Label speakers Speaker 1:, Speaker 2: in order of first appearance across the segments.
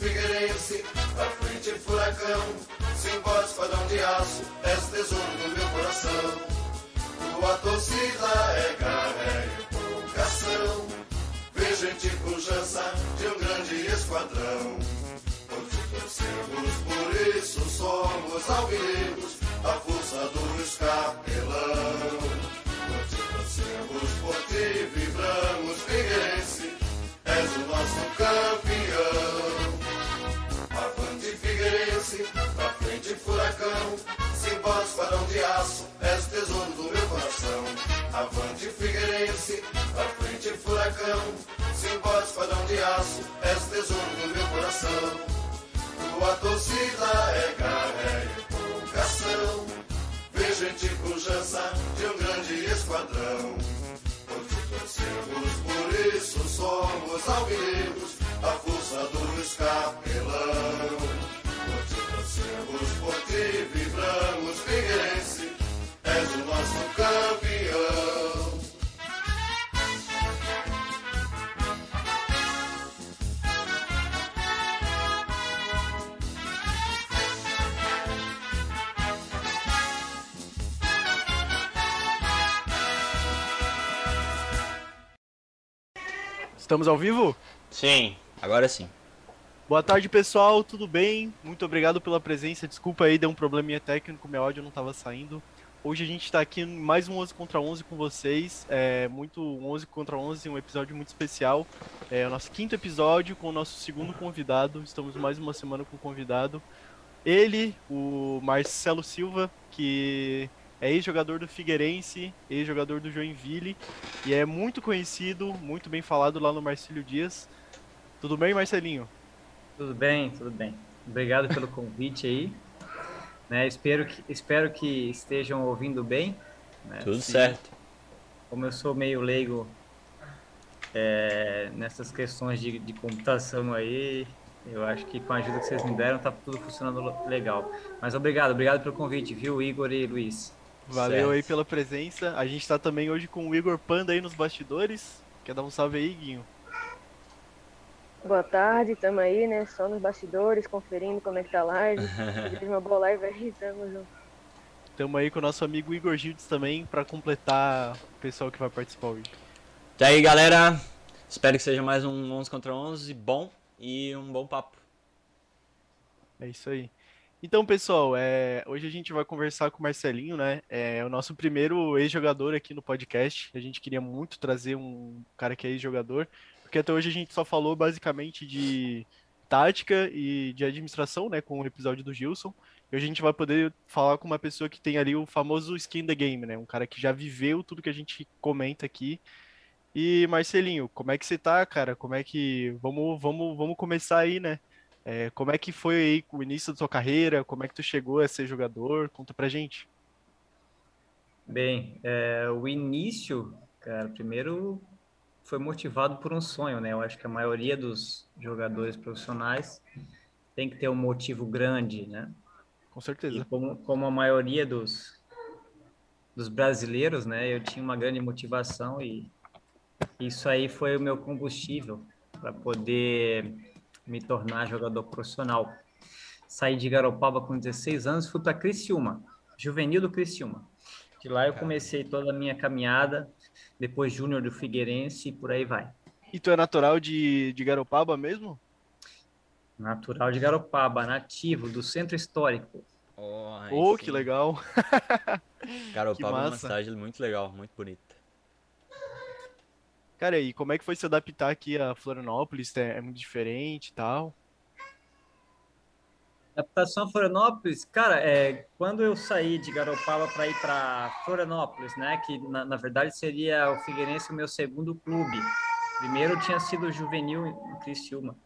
Speaker 1: Figueirense, pra frente furacão, simbora esquadrão de aço, és tesouro do meu coração. Tua torcida é garra, é empolgação, vê gente pujança de um grande esquadrão. Por ti torcemos, por isso somos alvinegros, a força do escapelão. Por ti torcemos, por ti vibramos, Figueirense, és o nosso campeão. Avante Figueirense, pra frente furacão, simbora esquadrão de aço, és tesouro do meu coração. Avante Figueirense, pra frente furacão, simbora esquadrão de aço, és tesouro do meu coração. Tua torcida é garra, é empolgação, vê gente pujança de um grande esquadrão. Por ti torcemos, por isso somos alvinegros, a força do escapelão. Por ti torcemos, por ti vibramos, Figueirense, és o nosso campeão.
Speaker 2: Estamos ao vivo?
Speaker 3: Sim, agora sim.
Speaker 2: Boa tarde, pessoal, tudo bem? Muito obrigado pela presença. Desculpa aí, deu um probleminha técnico, meu áudio não estava saindo. Hoje a gente está aqui em mais um 11 contra 11 com vocês. Muito 11 contra 11, um episódio muito especial. É o nosso quinto episódio com o nosso segundo convidado. Estamos mais uma semana com o convidado. Ele, o Marcelo Silva, que é ex-jogador do Figueirense, ex-jogador do Joinville, e é muito conhecido, muito bem falado lá no Marcílio Dias. Tudo bem, Marcelinho?
Speaker 4: Tudo bem, tudo bem. Obrigado pelo convite aí. Né, espero que estejam ouvindo bem. Né?
Speaker 3: Tudo certo.
Speaker 4: Como eu sou meio leigo nessas questões de computação aí, eu acho que com a ajuda que vocês me deram, tá tudo funcionando legal. Mas obrigado pelo convite, viu, Igor e Luiz?
Speaker 2: Valeu
Speaker 3: Certo.
Speaker 2: aí pela presença. A gente tá também hoje com o Igor Panda aí nos bastidores. Quer dar um salve aí, Guinho?
Speaker 5: Boa tarde, estamos aí, né? Só nos bastidores, conferindo como é que tá a live. Desejo uma boa live aí, tamo junto.
Speaker 2: Tamo aí com o nosso amigo Igor Gildes também, pra completar o pessoal que vai participar hoje.
Speaker 3: Tá aí, galera. Espero que seja mais um 11 contra 11 bom e um bom papo.
Speaker 2: É isso aí. Então, pessoal, hoje a gente vai conversar com o Marcelinho, né? É o nosso primeiro ex-jogador aqui no podcast. A gente queria muito trazer um cara que é ex-jogador, porque até hoje a gente só falou basicamente de tática e de administração, né? Com o episódio do Gilson. E hoje a gente vai poder falar com uma pessoa que tem ali o famoso skin the game, né? Um cara que já viveu tudo que a gente comenta aqui. E, Marcelinho, como é que você tá, cara? Como é que... Vamos começar aí, né? Como é que foi aí o início da sua carreira? Como é que tu chegou a ser jogador? Conta pra gente.
Speaker 4: Bem, o início, cara, primeiro foi motivado por um sonho, né? Eu acho que a maioria dos jogadores profissionais tem que ter um motivo grande, né?
Speaker 2: Com
Speaker 4: E
Speaker 2: certeza.
Speaker 4: como a maioria dos brasileiros, né? Eu tinha uma grande motivação e isso aí foi o meu combustível para poder me tornar jogador profissional. Saí de Garopaba com 16 anos, fui para Criciúma, juvenil do Criciúma. De lá eu comecei toda a minha caminhada, depois júnior do Figueirense e por aí vai.
Speaker 2: E tu é natural de Garopaba mesmo?
Speaker 4: Natural de Garopaba, nativo do Centro Histórico.
Speaker 2: Oh, que legal. Que
Speaker 3: Garopaba é uma
Speaker 2: massa.
Speaker 3: cidade muito legal, muito bonita.
Speaker 2: Cara, e como é que foi se adaptar aqui a Florianópolis? É muito diferente e tal?
Speaker 4: Adaptação a Florianópolis, cara, quando eu saí de Garopaba para ir para Florianópolis, né, que na verdade seria o Figueirense o meu segundo clube. Primeiro tinha sido o juvenil em Criciúma,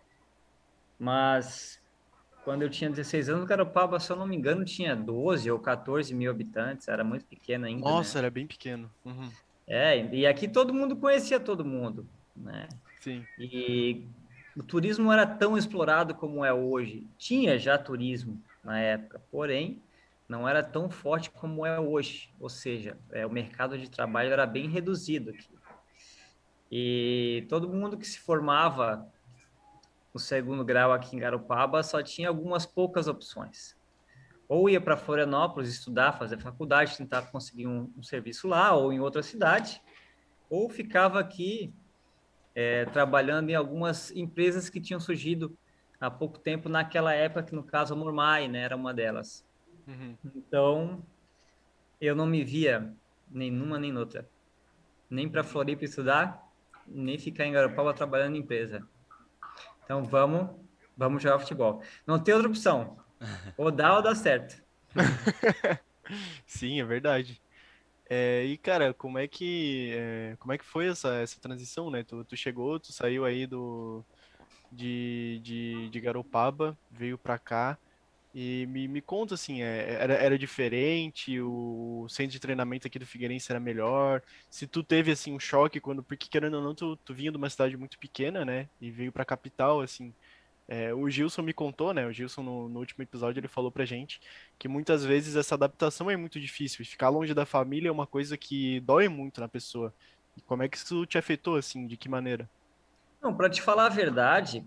Speaker 4: mas quando eu tinha 16 anos, Garopaba, se eu não me engano, tinha 12 ou 14 mil habitantes, era muito pequeno ainda,
Speaker 2: Nossa,
Speaker 4: né?
Speaker 2: era bem pequeno. Uhum.
Speaker 4: E aqui todo mundo conhecia todo mundo, né?
Speaker 2: Sim.
Speaker 4: E o turismo não era tão explorado como é hoje. Tinha já turismo na época, porém, não era tão forte como é hoje. Ou seja, o mercado de trabalho era bem reduzido aqui. E todo mundo que se formava o segundo grau aqui em Garopaba, só tinha algumas poucas opções. Ou ia para Florianópolis estudar, fazer faculdade, tentar conseguir um serviço lá, ou em outra cidade, ou ficava aqui trabalhando em algumas empresas que tinham surgido há pouco tempo, naquela época, que no caso a Mormai, né, era uma delas.
Speaker 2: Uhum.
Speaker 4: Então, eu não me via nem numa nem noutra. Nem para Floripa estudar, nem ficar em Garopaba trabalhando em empresa. Então, vamos jogar futebol. Não tem outra opção. Ou dá certo.
Speaker 2: Sim, é verdade. E cara, como é que foi essa transição, né? Tu chegou, tu saiu aí de Garopaba, veio pra cá e me conta assim, era diferente, o centro de treinamento aqui do Figueirense era melhor, se tu teve assim um choque porque querendo ou não, tu vinha de uma cidade muito pequena, né? E veio pra capital, assim. O Gilson me contou, né? O Gilson no último episódio ele falou pra gente que muitas vezes essa adaptação é muito difícil. E ficar longe da família é uma coisa que dói muito na pessoa. E como é que isso te afetou, assim? De que maneira?
Speaker 4: Não, para te falar a verdade,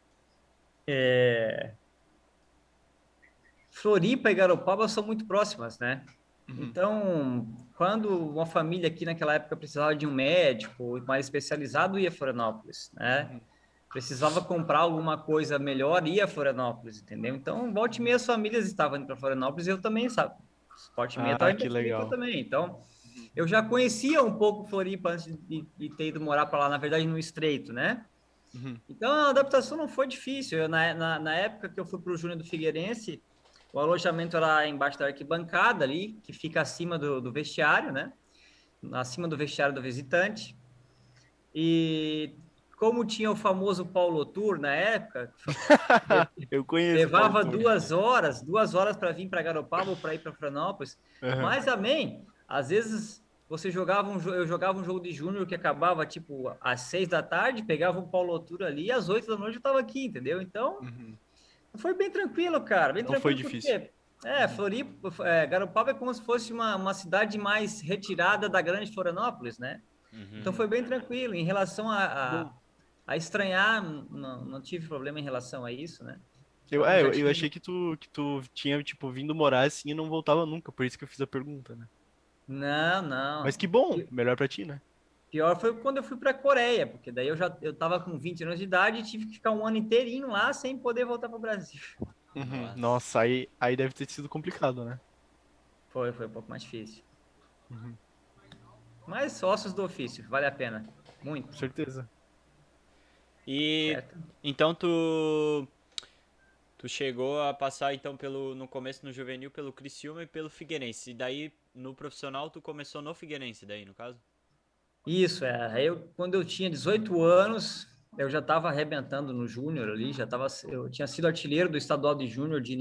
Speaker 4: Floripa e Garopaba são muito próximas, né?
Speaker 2: Uhum.
Speaker 4: Então, quando uma família aqui naquela época precisava de um médico mais especializado, ia a Florianópolis, né?
Speaker 2: Uhum.
Speaker 4: Precisava comprar alguma coisa melhor, ia a Florianópolis, entendeu? Então, volta e meia as famílias estavam indo para Florianópolis e eu também, sabe? Volta e meia estava
Speaker 2: Ah,
Speaker 4: indo
Speaker 2: que
Speaker 4: para Floripa
Speaker 2: legal.
Speaker 4: também. Então,
Speaker 2: Uhum.
Speaker 4: eu já conhecia um pouco Floripa antes de ter ido morar para lá, na verdade, no Estreito, né?
Speaker 2: Uhum.
Speaker 4: Então, a adaptação não foi difícil. Na época que eu fui para o Júnior do Figueirense, o alojamento era embaixo da arquibancada ali, que fica acima do vestiário, né? Acima do vestiário do visitante. E como tinha o famoso Paulo Tour na época,
Speaker 2: Eu conheço o Paulo
Speaker 4: levava
Speaker 2: Tour.
Speaker 4: 2 horas para vir para Garopaba ou para ir para Florianópolis.
Speaker 2: Uhum.
Speaker 4: Mas, amém, às vezes eu jogava um jogo de júnior que acabava tipo às 6 da tarde, pegava um Paulo Tour ali e às 8 da noite eu estava aqui, entendeu? Então,
Speaker 2: Uhum.
Speaker 4: foi bem tranquilo, cara, bem
Speaker 2: Não foi
Speaker 4: tranquilo
Speaker 2: difícil.
Speaker 4: porque
Speaker 2: Uhum.
Speaker 4: Floripa, Garopaba é como se fosse uma cidade mais retirada da grande Florianópolis, né? Então
Speaker 3: Uhum.
Speaker 4: foi bem tranquilo. Em relação
Speaker 2: Que bom.
Speaker 4: a estranhar, não tive problema em relação a isso, né?
Speaker 2: Eu,
Speaker 4: Então
Speaker 2: é,
Speaker 4: já
Speaker 2: eu, eu
Speaker 4: tinha.
Speaker 2: achei que tu tinha, tipo, vindo morar assim e não voltava nunca, por isso que eu fiz a pergunta, né?
Speaker 4: Não,
Speaker 2: Mas
Speaker 4: não.
Speaker 2: que bom, melhor pra ti, né?
Speaker 4: Pior foi quando eu fui para a Coreia, porque daí eu tava com 20 anos de idade e tive que ficar um ano inteirinho lá sem poder voltar para o Brasil.
Speaker 2: Uhum.
Speaker 3: Nossa.
Speaker 2: Nossa, aí deve ter sido complicado, né?
Speaker 4: Foi um pouco mais difícil.
Speaker 2: Uhum.
Speaker 4: Mas sócios do ofício, vale a pena.
Speaker 2: Com
Speaker 4: Muito,
Speaker 2: certeza.
Speaker 3: E
Speaker 4: certo?
Speaker 3: então tu chegou a passar então no começo no juvenil pelo Criciúma e pelo Figueirense. E daí no profissional tu começou no Figueirense daí, no caso?
Speaker 4: Isso, Aí quando eu tinha 18 anos, eu já estava arrebentando no júnior ali, eu tinha sido artilheiro do estadual de júnior de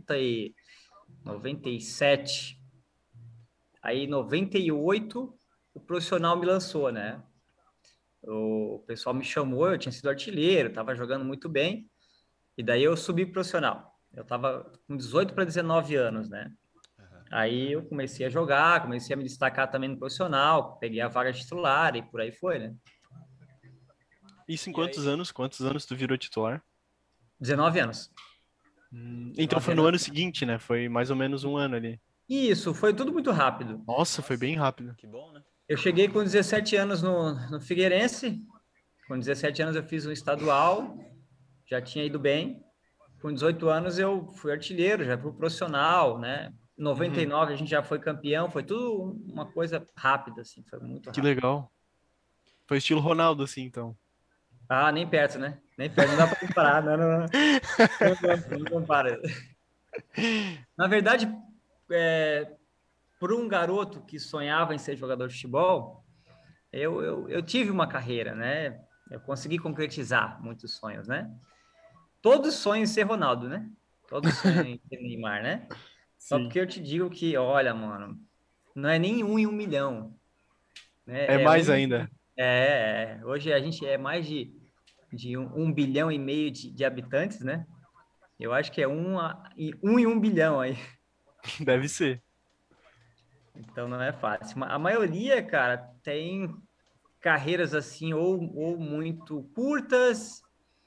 Speaker 4: 97. Aí, em 98, o profissional me lançou, né? O pessoal me chamou, eu tinha sido artilheiro, estava jogando muito bem, e daí eu subi pro profissional. Eu estava com 18 para 19 anos, né? Aí eu comecei a jogar, comecei a me destacar também no profissional, peguei a vaga titular e por aí foi, né?
Speaker 2: Isso em
Speaker 3: E
Speaker 2: quantos
Speaker 3: aí,
Speaker 2: anos? Quantos anos tu virou titular?
Speaker 4: 19 anos.
Speaker 2: Então
Speaker 4: 19
Speaker 2: foi no
Speaker 4: anos.
Speaker 2: ano seguinte, né? Foi mais ou menos um ano ali.
Speaker 4: Isso, foi tudo muito rápido.
Speaker 2: Nossa, foi
Speaker 3: nossa,
Speaker 2: bem rápido.
Speaker 3: que bom, né?
Speaker 4: Eu cheguei com 17 anos no Figueirense, com 17 anos eu fiz um estadual, já tinha ido bem. Com 18 anos eu fui artilheiro, já fui profissional, né? Em
Speaker 2: Uhum.
Speaker 4: 99 a gente já foi campeão, foi tudo uma coisa rápida, assim, foi muito
Speaker 2: Que
Speaker 4: rápido.
Speaker 2: legal. Foi estilo Ronaldo, assim, então.
Speaker 4: Ah, nem perto, né? Nem perto, não dá para comparar, não compara. Na verdade, por um garoto que sonhava em ser jogador de futebol, eu tive uma carreira, né? Eu consegui concretizar muitos sonhos, né? Todos sonham em ser Ronaldo, né? Todos sonham em ser Neymar, né? Só
Speaker 2: Sim.
Speaker 4: porque eu te digo que, olha, mano, não é nem 1 em 1 milhão,
Speaker 2: É
Speaker 4: né?
Speaker 2: mais ainda.
Speaker 4: Hoje a gente é mais de 1,5 bilhão de habitantes, né? Eu acho que é 1 em 1 bilhão aí.
Speaker 2: Deve ser.
Speaker 4: Então não é fácil. A maioria, cara, tem carreiras assim, ou muito curtas,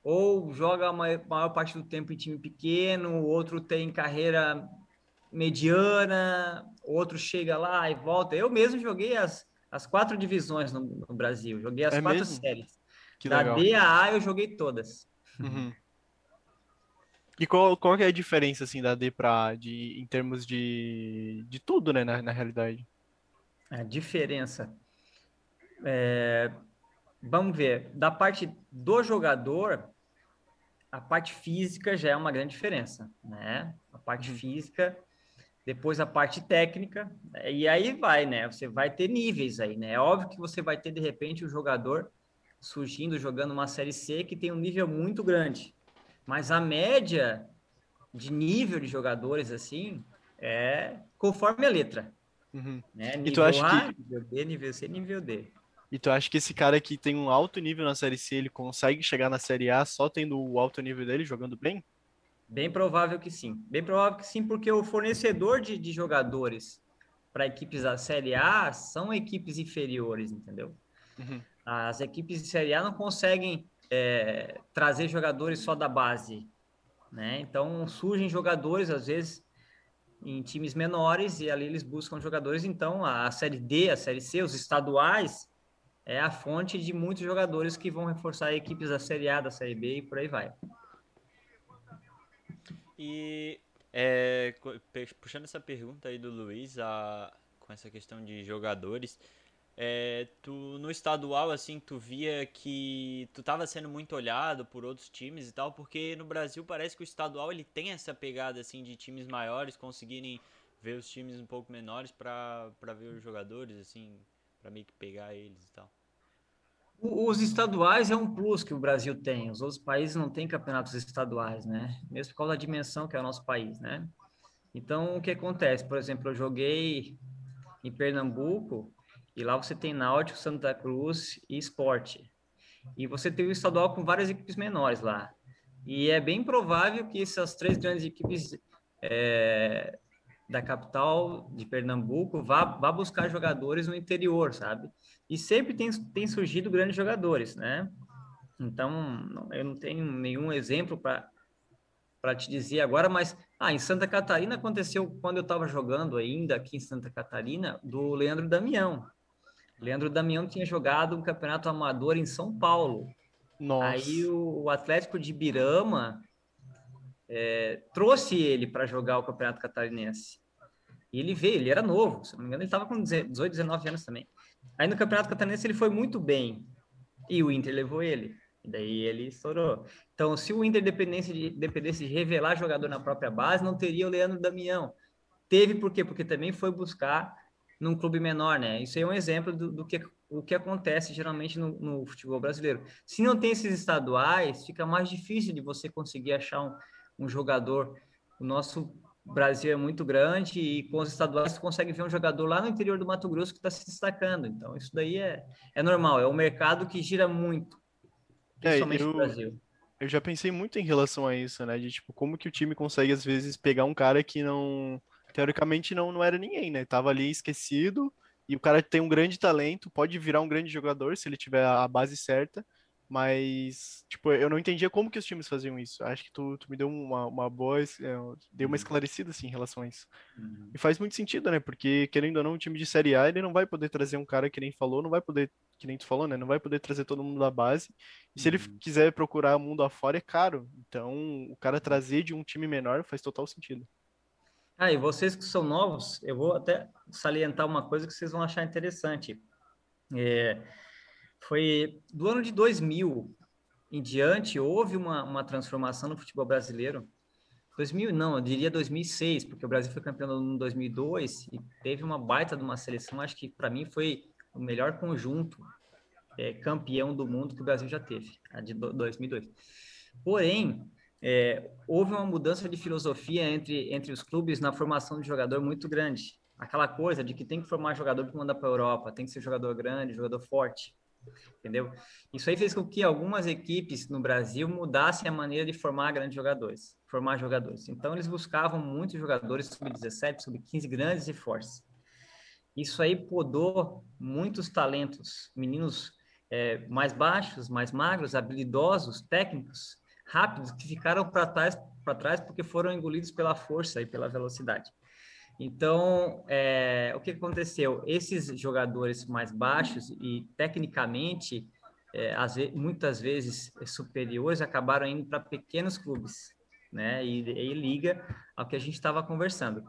Speaker 4: ou joga a maior parte do tempo em time pequeno, outro tem carreira mediana, outro chega lá e volta. Eu mesmo joguei as 4 divisões no Brasil, joguei as
Speaker 2: É
Speaker 4: 4
Speaker 2: mesmo?
Speaker 4: séries.
Speaker 2: Que
Speaker 4: Da
Speaker 2: legal.
Speaker 4: D a A eu joguei todas.
Speaker 2: Uhum. E qual que é a diferença, assim, da D pra A, em termos de tudo, né, na realidade?
Speaker 4: A diferença, vamos ver, da parte do jogador, a parte física já é uma grande diferença, né? A parte
Speaker 2: Uhum.
Speaker 4: física, depois a parte técnica, e aí vai, né? Você vai ter níveis aí, né? É óbvio que você vai ter, de repente, um jogador surgindo, jogando uma Série C que tem um nível muito grande. Mas a média de nível de jogadores, assim, é conforme a letra,
Speaker 2: Uhum.
Speaker 4: né?
Speaker 2: E tu
Speaker 4: Nível
Speaker 2: acha
Speaker 4: A,
Speaker 2: que,
Speaker 4: nível B, nível C, nível D.
Speaker 2: e tu acha que esse cara que tem um alto nível na Série C, ele consegue chegar na Série A só tendo o alto nível dele, jogando bem?
Speaker 4: Bem provável que sim. Bem provável que sim, porque o fornecedor de jogadores para equipes da Série A são equipes inferiores, entendeu?
Speaker 2: Uhum.
Speaker 4: As equipes de Série A não conseguem trazer jogadores só da base, né? Então surgem jogadores, às vezes, em times menores e ali eles buscam jogadores. Então a Série D, a Série C, os estaduais é a fonte de muitos jogadores que vão reforçar equipes da Série A, da Série B e por aí vai.
Speaker 3: E puxando essa pergunta aí do Luiz, com essa questão de jogadores, tu no estadual assim, tu via que tu tava sendo muito olhado por outros times e tal, porque no Brasil parece que o estadual ele tem essa pegada assim de times maiores conseguirem ver os times um pouco menores pra ver os jogadores assim, pra meio que pegar eles e tal.
Speaker 4: Os estaduais é um plus que o Brasil tem. Os outros países não têm campeonatos estaduais, né? Mesmo por causa da dimensão que é o nosso país, né? Então, o que acontece? Por exemplo, eu joguei em Pernambuco e lá você tem Náutico, Santa Cruz e Sport. E você tem o estadual com várias equipes menores lá. E é bem provável que essas 3 grandes equipes da capital de Pernambuco vá buscar jogadores no interior, sabe? E sempre tem surgido grandes jogadores, né? Então, eu não tenho nenhum exemplo para te dizer agora, mas em Santa Catarina aconteceu quando eu estava jogando ainda aqui em Santa Catarina, do Leandro Damião. Leandro Damião tinha jogado um campeonato amador em São Paulo. Aí
Speaker 2: Nossa.
Speaker 4: o Atlético de Birama trouxe ele para jogar o Campeonato Catarinense. E ele veio, ele era novo, se não me engano, ele estava com 18, 19 anos também. Aí no Campeonato Catarinense ele foi muito bem. E o Inter levou ele. E daí ele estourou. Então, se o Inter dependesse de revelar jogador na própria base, não teria o Leandro Damião. Teve por quê? Porque também foi buscar num clube menor, né? Isso aí é um exemplo do que o que acontece geralmente no futebol brasileiro. Se não tem esses estaduais, fica mais difícil de você conseguir achar um jogador. O nosso Brasil é muito grande e com os estaduais você consegue ver um jogador lá no interior do Mato Grosso que está se destacando. Então, isso daí é normal, é um mercado que gira muito,
Speaker 2: É,
Speaker 4: principalmente no Brasil.
Speaker 2: eu já pensei muito em relação a isso, né? De tipo, como que o time consegue, às vezes, pegar um cara que não, teoricamente, não era ninguém, né? Tava ali esquecido, e o cara tem um grande talento, pode virar um grande jogador se ele tiver a base certa, mas, tipo, eu não entendia como que os times faziam isso. Acho que tu me deu uma boa, deu uma esclarecida, assim, em relação a isso.
Speaker 4: Uhum.
Speaker 2: E faz muito sentido, né? Porque, querendo ou não, um time de Série A, ele não vai poder trazer um cara que nem falou, não vai poder, que nem tu falou, né? Não vai poder trazer todo mundo da base. E se ele
Speaker 4: Uhum.
Speaker 2: quiser procurar o mundo afora, é caro. Então, o cara trazer de um time menor faz total sentido.
Speaker 4: E vocês que são novos, eu vou até salientar uma coisa que vocês vão achar interessante. Foi do ano de 2000 em diante, houve uma transformação no futebol brasileiro. 2000, não, eu diria 2006, porque o Brasil foi campeão em 2002 e teve uma baita de uma seleção. Acho que, para mim, foi o melhor conjunto campeão do mundo que o Brasil já teve, a de 2002. Porém, houve uma mudança de filosofia entre os clubes na formação de jogador muito grande. Aquela coisa de que tem que formar jogador para mandar para a Europa, tem que ser jogador grande, jogador forte, entendeu? Isso aí fez com que algumas equipes no Brasil mudassem a maneira de formar jogadores. Então, eles buscavam muitos jogadores sub-17, sub-15, grandes e fortes. Isso aí podou muitos talentos, meninos mais baixos, mais magros, habilidosos, técnicos, rápidos, que ficaram para trás porque foram engolidos pela força e pela velocidade. Então, o que aconteceu? Esses jogadores mais baixos e tecnicamente, muitas vezes superiores, acabaram indo para pequenos clubes, né? E liga ao que a gente estava conversando.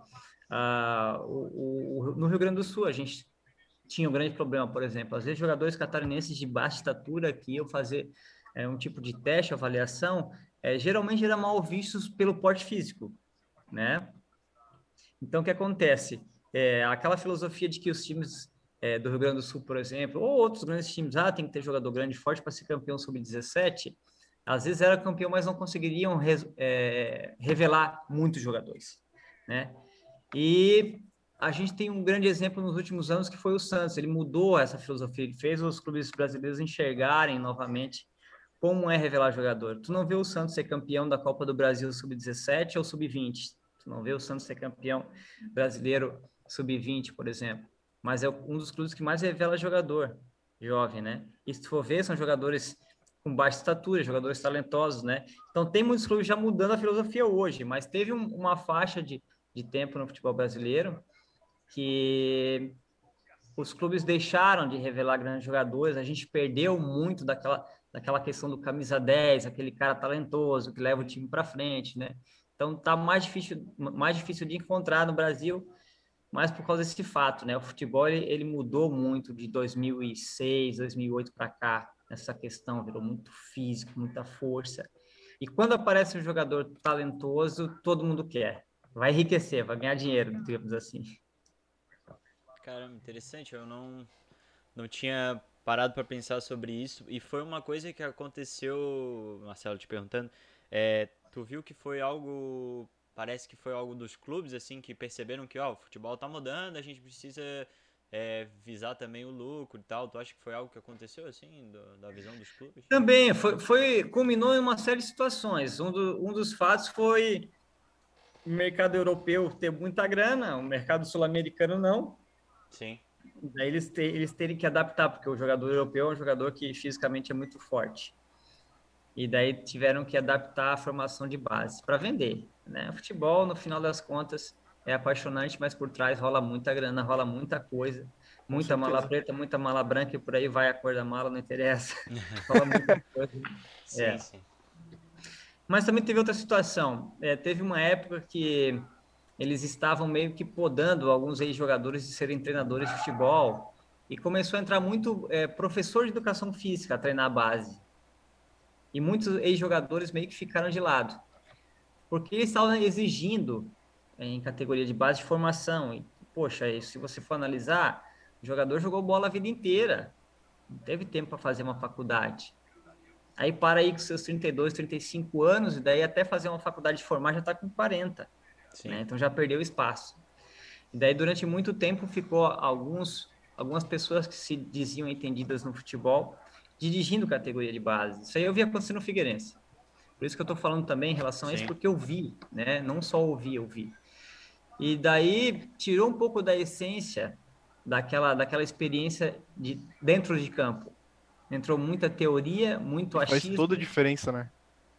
Speaker 4: No Rio Grande do Sul, a gente tinha um grande problema, por exemplo, às vezes jogadores catarinenses de baixa estatura que iam fazer um tipo de teste, avaliação, geralmente eram mal vistos pelo porte físico, né? Então, o que acontece? Aquela filosofia de que os times do Rio Grande do Sul, por exemplo, ou outros grandes times, tem que ter jogador grande e forte para ser campeão sub-17, às vezes era campeão, mas não conseguiriam revelar muitos jogadores, né? E a gente tem um grande exemplo nos últimos anos que foi o Santos. Ele mudou essa filosofia, ele fez os clubes brasileiros enxergarem novamente como é revelar jogador. Tu não vê o Santos ser campeão da Copa do Brasil sub-17 ou sub-20. Tu não vê o Santos ser campeão brasileiro sub-20, por exemplo. Mas é um dos clubes que mais revela jogador jovem, né? E se tu for ver, são jogadores com baixa estatura, jogadores talentosos, né? Então tem muitos clubes já mudando a filosofia hoje, mas teve uma faixa de tempo no futebol brasileiro que os clubes deixaram de revelar grandes jogadores, a gente perdeu muito daquela questão do camisa 10, aquele cara talentoso que leva o time para frente, né? Então tá mais difícil de encontrar no Brasil, mas por causa desse fato, né? O futebol ele mudou muito de 2006, 2008 para cá, essa questão virou muito físico, muita força. E quando aparece um jogador talentoso, todo mundo quer. Vai enriquecer, vai ganhar dinheiro, digamos assim.
Speaker 3: Caramba, interessante. Eu não tinha parado para pensar sobre isso. E foi uma coisa que aconteceu, Marcelo, te perguntando. Tu viu que foi algo... Parece que foi algo dos clubes, assim, que perceberam que o futebol tá mudando, a gente precisa visar também o lucro e tal. Tu acha que foi algo que aconteceu, assim, da visão dos clubes?
Speaker 4: Também, culminou em uma série de situações. Um dos fatos foi o mercado europeu ter muita grana, o mercado sul-americano não.
Speaker 3: Sim.
Speaker 4: Daí eles terem que adaptar, porque o jogador europeu é um jogador que fisicamente é muito forte. E daí tiveram que adaptar a formação de base para vender, né? O futebol, no final das contas, é apaixonante, mas por trás rola muita grana, rola muita coisa, muita mala preta, muita mala branca, e por aí vai a cor da mala, não interessa. Rola muita coisa.
Speaker 3: Sim.
Speaker 4: Mas também teve outra situação. Teve uma época que eles estavam meio que podando alguns ex-jogadores de serem treinadores de futebol, e começou a entrar muito professor de educação física a treinar a base. E muitos ex-jogadores meio que ficaram de lado, porque eles estavam exigindo em categoria de base de formação. E, poxa, se você for analisar, o jogador jogou bola a vida inteira, não teve tempo para fazer uma faculdade. Aí para aí com seus 32, 35 anos, e daí até fazer uma faculdade de formar já está com 40. Né? Então já perdeu espaço. E daí durante muito tempo ficou algumas pessoas que se diziam entendidas no futebol dirigindo categoria de base. Isso aí eu vi acontecer no Figueirense. Por isso que eu estou falando também em relação a isso, porque eu vi, né? Não só ouvi, eu vi. E daí tirou um pouco da essência daquela experiência dentro de campo. Entrou muita teoria, muito achismo.
Speaker 2: Faz toda a diferença, né?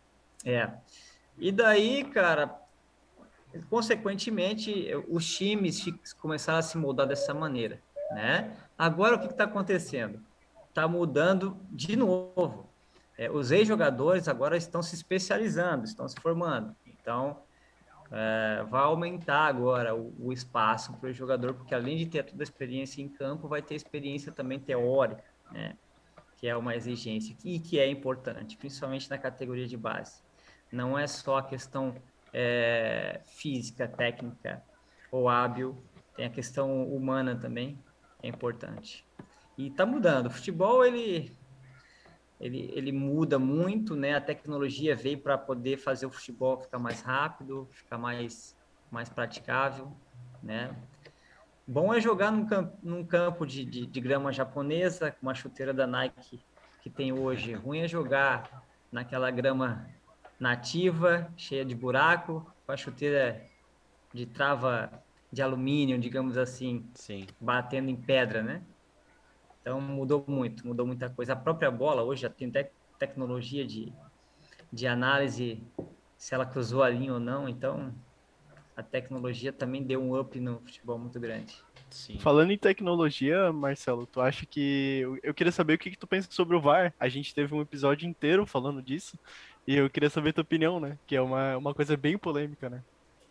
Speaker 4: E daí, cara, consequentemente, os times começaram a se moldar dessa maneira, né? Agora, o que está acontecendo? Está mudando de novo. Os ex-jogadores agora estão se especializando, estão se formando. Então, vai aumentar agora o espaço para o jogador, porque além de ter toda a experiência em campo, vai ter experiência também teórica, né? Que é uma exigência e que é importante, principalmente na categoria de base. Não é só a questão física, técnica ou hábil, tem a questão humana também, é importante. E está mudando. O futebol, ele muda muito, né? A tecnologia veio para poder fazer o futebol ficar mais rápido, ficar mais praticável, né? Bom é jogar num campo de grama japonesa, com uma chuteira da Nike que tem hoje. Ruim é jogar naquela grama nativa, cheia de buraco, com a chuteira de trava de alumínio, digamos assim, batendo em pedra, né? Então mudou muita coisa. A própria bola hoje já tem tecnologia de análise se ela cruzou a linha ou não, então a tecnologia também deu um up no futebol muito grande.
Speaker 3: Sim.
Speaker 2: Falando em tecnologia, Marcelo, tu acha que. Eu queria saber o que que tu pensa sobre o VAR. A gente teve um episódio inteiro falando disso. E eu queria saber tua opinião, né? Que é uma coisa bem polêmica, né?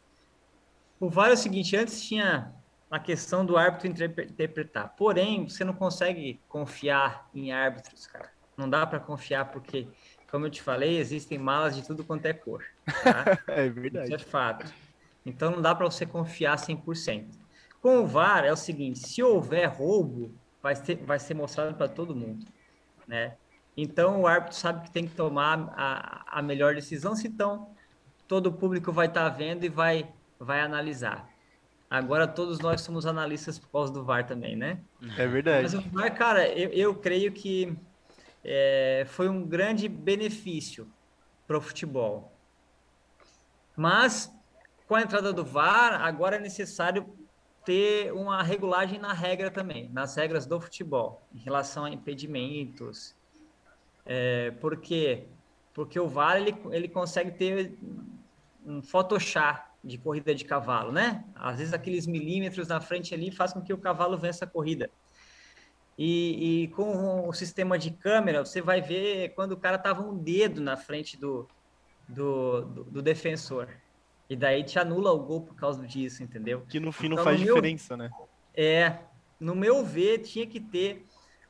Speaker 4: O VAR é o seguinte, antes tinha a questão do árbitro interpretar, porém, você não consegue confiar em árbitros, cara. Não dá para confiar porque, como eu te falei, existem malas de tudo quanto é cor, tá?
Speaker 2: É
Speaker 4: Isso
Speaker 2: verdade.
Speaker 4: é fato. Então não dá para você confiar 100%. Com o VAR é o seguinte, se houver roubo, vai ser mostrado para todo mundo, né? Então o árbitro sabe que tem que tomar a melhor decisão, senão todo o público vai estar vendo e vai analisar. Agora todos nós somos analistas por causa do VAR também, né?
Speaker 2: É
Speaker 4: Mas
Speaker 2: verdade.
Speaker 4: o VAR, cara, eu creio que foi um grande benefício para o futebol. Mas, com a entrada do VAR, agora é necessário ter uma regulagem na regra também, nas regras do futebol, em relação a impedimentos. Por quê? Porque o VAR ele consegue ter um Photoshop de corrida de cavalo, né? Às vezes aqueles milímetros na frente ali faz com que o cavalo vença a corrida. E com o sistema de câmera, você vai ver quando o cara tava um dedo na frente do defensor. E daí te anula o gol por causa disso, entendeu?
Speaker 2: Que no fim não
Speaker 4: Então,
Speaker 2: faz diferença, né?
Speaker 4: no meu ver, tinha que ter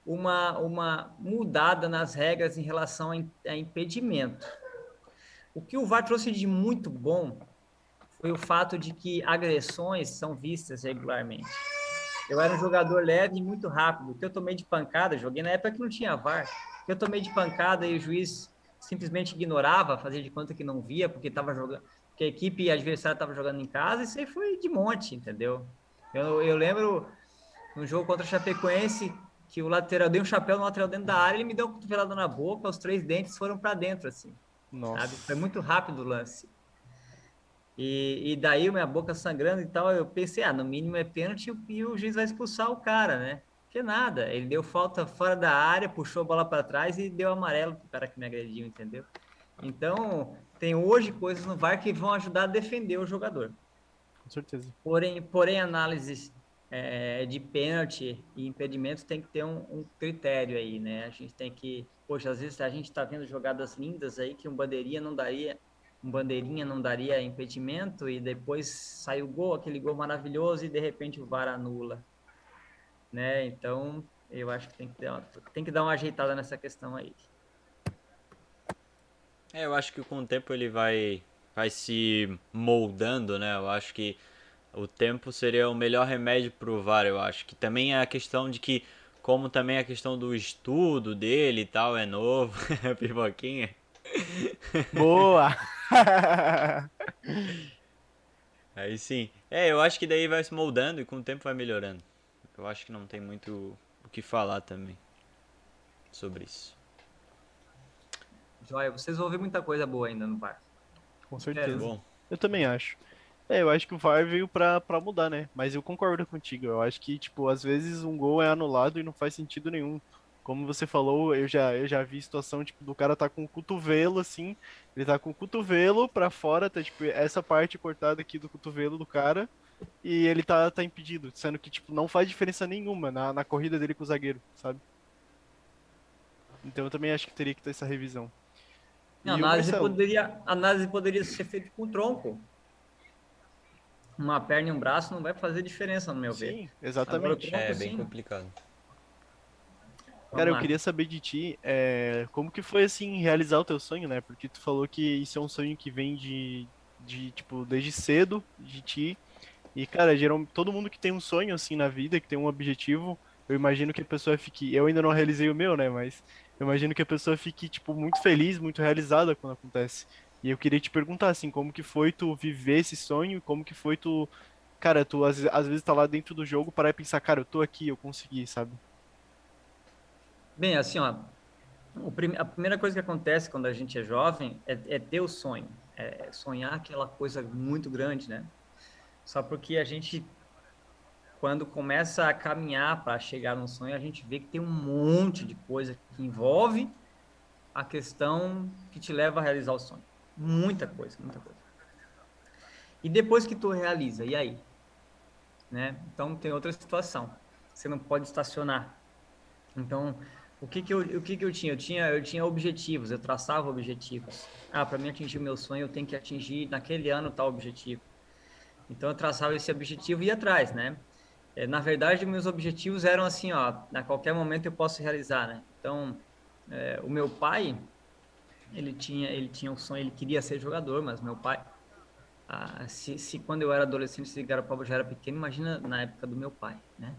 Speaker 4: uma mudada nas regras em relação a impedimento. O que o VAR trouxe de muito bom foi o fato de que agressões são vistas regularmente. Eu era um jogador leve e muito rápido. O que eu tomei de pancada, joguei na época que não tinha VAR. O que eu tomei de pancada e o juiz simplesmente ignorava, fazia de conta que não via, porque estava jogando, porque a equipe adversária estava jogando em casa, isso aí foi de monte, entendeu? Eu lembro no jogo contra o Chapecoense que o lateral deu um chapéu no lateral dentro da área, ele me deu uma cotovelada na boca, os 3 dentes foram para dentro, assim.
Speaker 2: Nossa.
Speaker 4: Sabe? Foi muito rápido o lance. E daí minha boca sangrando e tal, eu pensei, no mínimo é pênalti e o juiz vai expulsar o cara, né? Que nada, ele deu falta fora da área, puxou a bola para trás e deu amarelo pro cara que me agrediu, entendeu? Então, tem hoje coisas no VAR que vão ajudar a defender o jogador.
Speaker 2: Com certeza.
Speaker 4: Porém análises de pênalti e impedimento tem que ter um critério aí, né? A gente tem que... Poxa, às vezes a gente tá vendo jogadas lindas aí que um bandeirinha não daria impedimento e depois sai o gol, aquele gol maravilhoso e de repente o VAR anula, né? Então, eu acho que tem que dar uma ajeitada nessa questão aí.
Speaker 3: Eu acho que com o tempo ele vai se moldando, né? Eu acho que o tempo seria o melhor remédio pro VAR, eu acho. Que também é a questão de que, como também a questão do estudo dele e tal é novo, pipoquinha.
Speaker 2: Boa!
Speaker 3: Aí sim. Eu acho que daí vai se moldando e com o tempo vai melhorando. Eu acho que não tem muito o que falar também sobre isso.
Speaker 4: Joia, vocês vão ver muita coisa boa ainda no VAR.
Speaker 2: Com certeza.
Speaker 3: Bom,
Speaker 2: Eu também acho. Eu acho que o VAR veio pra mudar, né? Mas eu concordo contigo. Eu acho que, tipo, às vezes um gol é anulado e não faz sentido nenhum. Como você falou, eu já vi situação, tipo, do cara tá com o cotovelo, assim, ele tá com o cotovelo pra fora, tá, tipo, essa parte cortada aqui do cotovelo do cara, e ele tá impedido, sendo que, tipo, não faz diferença nenhuma na corrida dele com o zagueiro, sabe? Então eu também acho que teria que ter essa revisão.
Speaker 4: A
Speaker 2: E o
Speaker 4: análise
Speaker 2: Marcelo?
Speaker 4: poderia ser feita com tronco. Uma perna e um braço não vai fazer diferença, no meu ver.
Speaker 2: Sim,
Speaker 4: Agora o
Speaker 2: exatamente.
Speaker 4: tronco,
Speaker 3: bem
Speaker 4: sim.
Speaker 3: complicado.
Speaker 2: Cara,
Speaker 4: Vamos
Speaker 2: eu
Speaker 4: lá.
Speaker 2: queria saber de ti, como que foi, assim, realizar o teu sonho, né? Porque tu falou que isso é um sonho que vem tipo, desde cedo, de ti. E, cara, geralmente, todo mundo que tem um sonho, assim, na vida, que tem um objetivo, eu imagino que a pessoa fique... Eu ainda não realizei o meu, né? Mas eu imagino que a pessoa fique, tipo, muito feliz, muito realizada quando acontece. E eu queria te perguntar, assim, como que foi tu viver esse sonho? Como que foi tu... Cara, tu às vezes tá lá dentro do jogo, parar e pensar, cara, eu tô aqui, eu consegui, sabe?
Speaker 4: Bem, assim, ó, a primeira coisa que acontece quando a gente é jovem é ter o sonho, é sonhar aquela coisa muito grande, né? Só porque a gente quando começa a caminhar para chegar no sonho, a gente vê que tem um monte de coisa que envolve a questão que te leva a realizar o sonho. Muita coisa, muita coisa. E depois que tu realiza, e aí? Né? Então, tem outra situação. Você não pode estacionar. Então, o que eu tinha? Eu tinha objetivos, eu traçava objetivos. Para mim atingir o meu sonho, eu tenho que atingir naquele ano tal objetivo. Então, eu traçava esse objetivo e ia atrás, né? Na verdade, meus objetivos eram assim, ó, a qualquer momento eu posso realizar, né? Então, o meu pai, ele tinha um sonho, ele queria ser jogador, mas meu pai, se quando eu era adolescente, esse Garopaba já era pequeno, imagina na época do meu pai, né?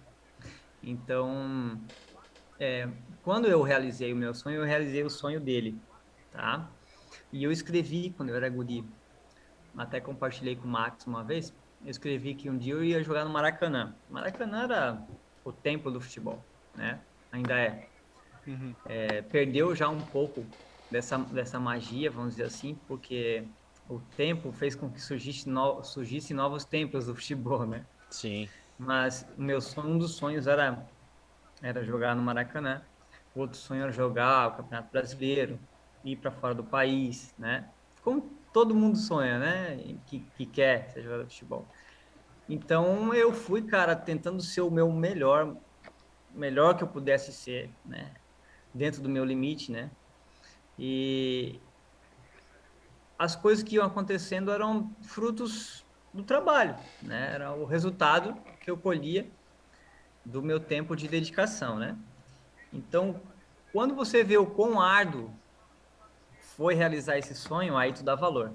Speaker 4: Então, quando eu realizei o meu sonho, eu realizei o sonho dele, tá? E eu escrevi quando eu era guri, até compartilhei com o Max uma vez, eu escrevi que um dia eu ia jogar no Maracanã. Maracanã era o templo do futebol, né? Ainda é.
Speaker 2: Uhum.
Speaker 4: Perdeu já um pouco dessa magia, vamos dizer assim, porque o tempo fez com que surgissem novos templos do futebol, né?
Speaker 3: Sim.
Speaker 4: Mas um dos sonhos era jogar no Maracanã. O outro sonho era jogar o Campeonato Brasileiro, ir para fora do país, né? Como todo mundo sonha, né? Que quer ser jogador de futebol. Então, eu fui, cara, tentando ser o meu melhor que eu pudesse ser, né? Dentro do meu limite, né? E as coisas que iam acontecendo eram frutos do trabalho, né? Era o resultado que eu colhia do meu tempo de dedicação, né? Então, quando você vê o quão árduo foi realizar esse sonho, aí tu dá valor.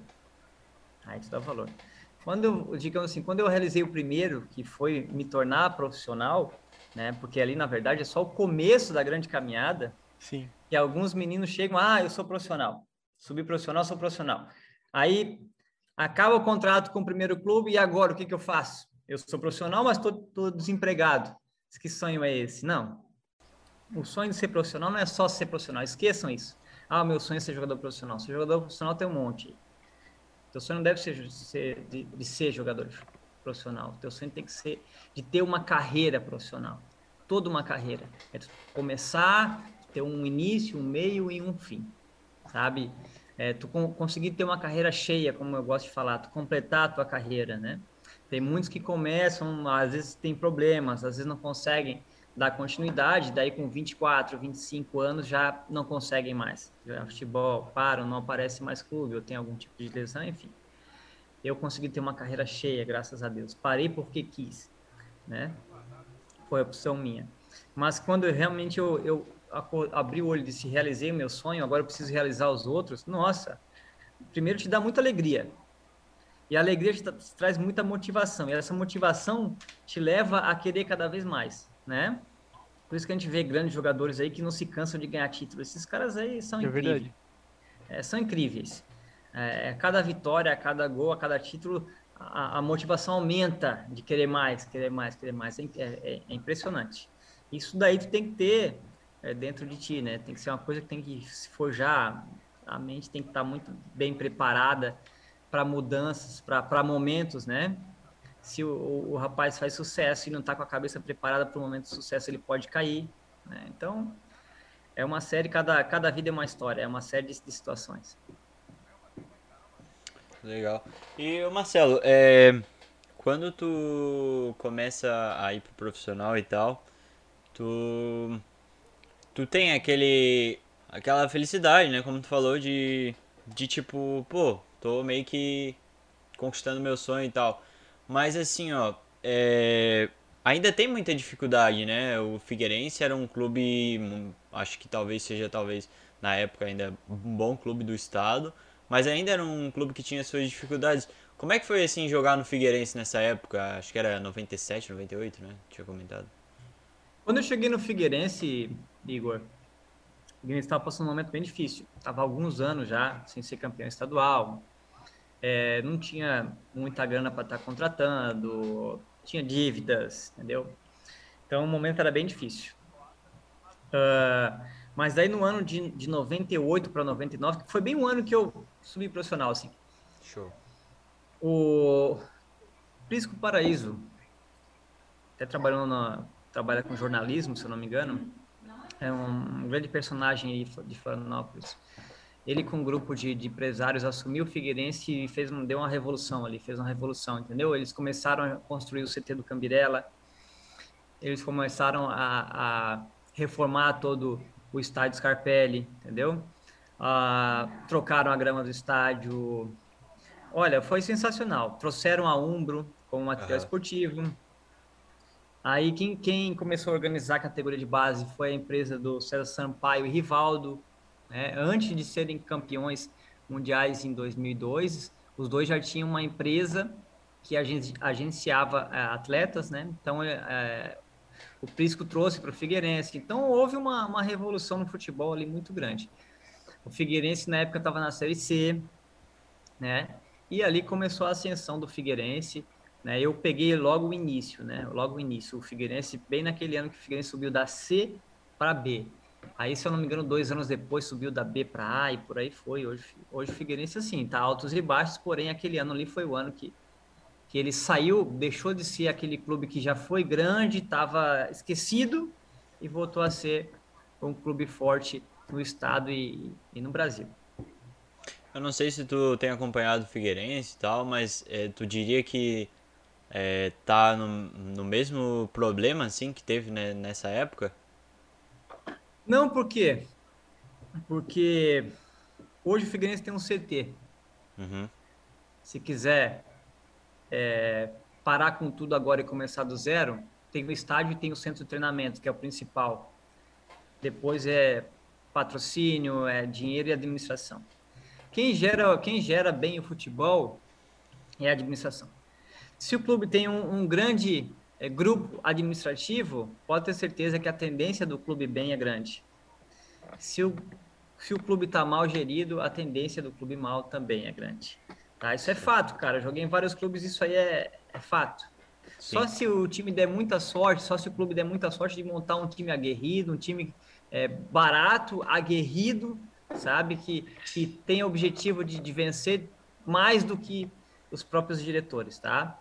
Speaker 4: Aí tu dá valor. Digamos assim, quando eu realizei o primeiro, que foi me tornar profissional, né? Porque ali, na verdade, é só o começo da grande caminhada.
Speaker 2: Sim.
Speaker 4: Que alguns meninos chegam, eu sou profissional. Subi profissional, sou profissional. Aí, acaba o contrato com o primeiro clube e agora, o que eu faço? Eu sou profissional, mas estou desempregado. Que sonho é esse? Não. O sonho de ser profissional não é só ser profissional. Esqueçam isso. Meu sonho é ser jogador profissional. Ser jogador profissional tem um monte. Teu sonho não deve ser de ser jogador profissional. Teu sonho tem que ser de ter uma carreira profissional. Toda uma carreira. É começar, ter um início, um meio e um fim. Sabe? Tu conseguir ter uma carreira cheia, como eu gosto de falar. Tu completar a tua carreira, né? Tem muitos que começam, às vezes tem problemas, às vezes não conseguem dar continuidade, daí com 24, 25 anos já não conseguem mais jogar futebol, param, não aparece mais clube, ou tem algum tipo de lesão, enfim. Eu consegui ter uma carreira cheia, graças a Deus. Parei porque quis, né? Foi opção minha. Mas quando realmente eu abri o olho e disse, realizei o meu sonho, agora eu preciso realizar os outros, nossa, primeiro te dá muita alegria. E a alegria te traz muita motivação. E essa motivação te leva a querer cada vez mais, né? Por isso que a gente vê grandes jogadores aí que não se cansam de ganhar título. Esses caras aí são incríveis. São incríveis. Cada vitória, a cada gol, a cada título, a motivação aumenta de querer mais, querer mais, querer mais. É impressionante. Isso daí tu tem que ter dentro de ti, né? Tem que ser uma coisa que tem que se forjar. A mente tem que estar muito bem preparada para mudanças, para momentos, né? Se o rapaz faz sucesso e não está com a cabeça preparada para o momento de sucesso, ele pode cair, né? Então, é uma série, cada vida é uma história, é uma série de situações.
Speaker 3: Legal. E, Marcelo, quando tu começa a ir pro profissional e tal, tu tem aquela felicidade, né? Como tu falou, de tipo, pô, tô meio que conquistando meu sonho e tal. Mas assim, ó, ainda tem muita dificuldade, né? O Figueirense era um clube, acho que talvez na época ainda um bom clube do estado, mas ainda era um clube que tinha suas dificuldades. Como é que foi assim jogar no Figueirense nessa época? Acho que era 97, 98, né? Tinha comentado.
Speaker 4: Quando eu cheguei no Figueirense, Igor, o Figueirense estava passando um momento bem difícil. Estava há alguns anos já sem ser campeão estadual. Não tinha muita grana para estar contratando, tinha dívidas, entendeu? Então o momento era bem difícil. Mas daí no ano de 98 para 99, que foi bem um ano que eu subi profissional, assim.
Speaker 3: Show.
Speaker 4: O Prisco Paraíso, até trabalha com jornalismo, se eu não me engano, é um grande personagem aí de Florianópolis. Ele com um grupo de empresários assumiu o Figueirense e deu uma revolução ali, fez uma revolução, entendeu? Eles começaram a construir o CT do Cambirela, eles começaram a reformar todo o estádio Scarpelli, entendeu? Trocaram a grama do estádio. Olha, foi sensacional. Trouxeram a Umbro como material esportivo. Aí quem começou a organizar a categoria de base foi a empresa do César Sampaio e Rivaldo, né? Antes de serem campeões mundiais em 2002, os dois já tinham uma empresa que agenciava atletas, né? Então, o Prisco trouxe para o Figueirense. Então, houve uma revolução no futebol ali muito grande. O Figueirense, na época, estava na Série C, né? E ali começou a ascensão do Figueirense, né? Eu peguei logo o início, né? Logo o início. O Figueirense, bem naquele ano que o Figueirense subiu da C para B. Aí, se eu não me engano, 2 anos depois subiu da B para A e por aí foi. Hoje o Figueirense, assim, tá altos e baixos, porém, aquele ano ali foi o ano que ele saiu, deixou de ser aquele clube que já foi grande, estava esquecido e voltou a ser um clube forte no estado e no Brasil.
Speaker 3: Eu não sei se tu tem acompanhado o Figueirense e tal, mas tu diria que tá no mesmo problema assim que teve, né, nessa época?
Speaker 4: Não, por quê? Porque hoje o Figueirense tem um CT.
Speaker 3: Uhum.
Speaker 4: Se quiser parar com tudo agora e começar do zero, tem o estádio e tem o centro de treinamento, que é o principal. Depois é patrocínio, é dinheiro e administração. Quem gera bem o futebol é a administração. Se o clube tem um grande grupo administrativo, pode ter certeza que a tendência do clube bem é grande. Se o clube está mal gerido, a tendência do clube mal também é grande. Tá? Isso é fato, cara. Eu joguei em vários clubes, isso aí é fato. Sim. Só se o time der muita sorte, só se o clube der muita sorte de montar um time aguerrido, um time barato, aguerrido, sabe? Que tem o objetivo de vencer mais do que os próprios diretores, tá?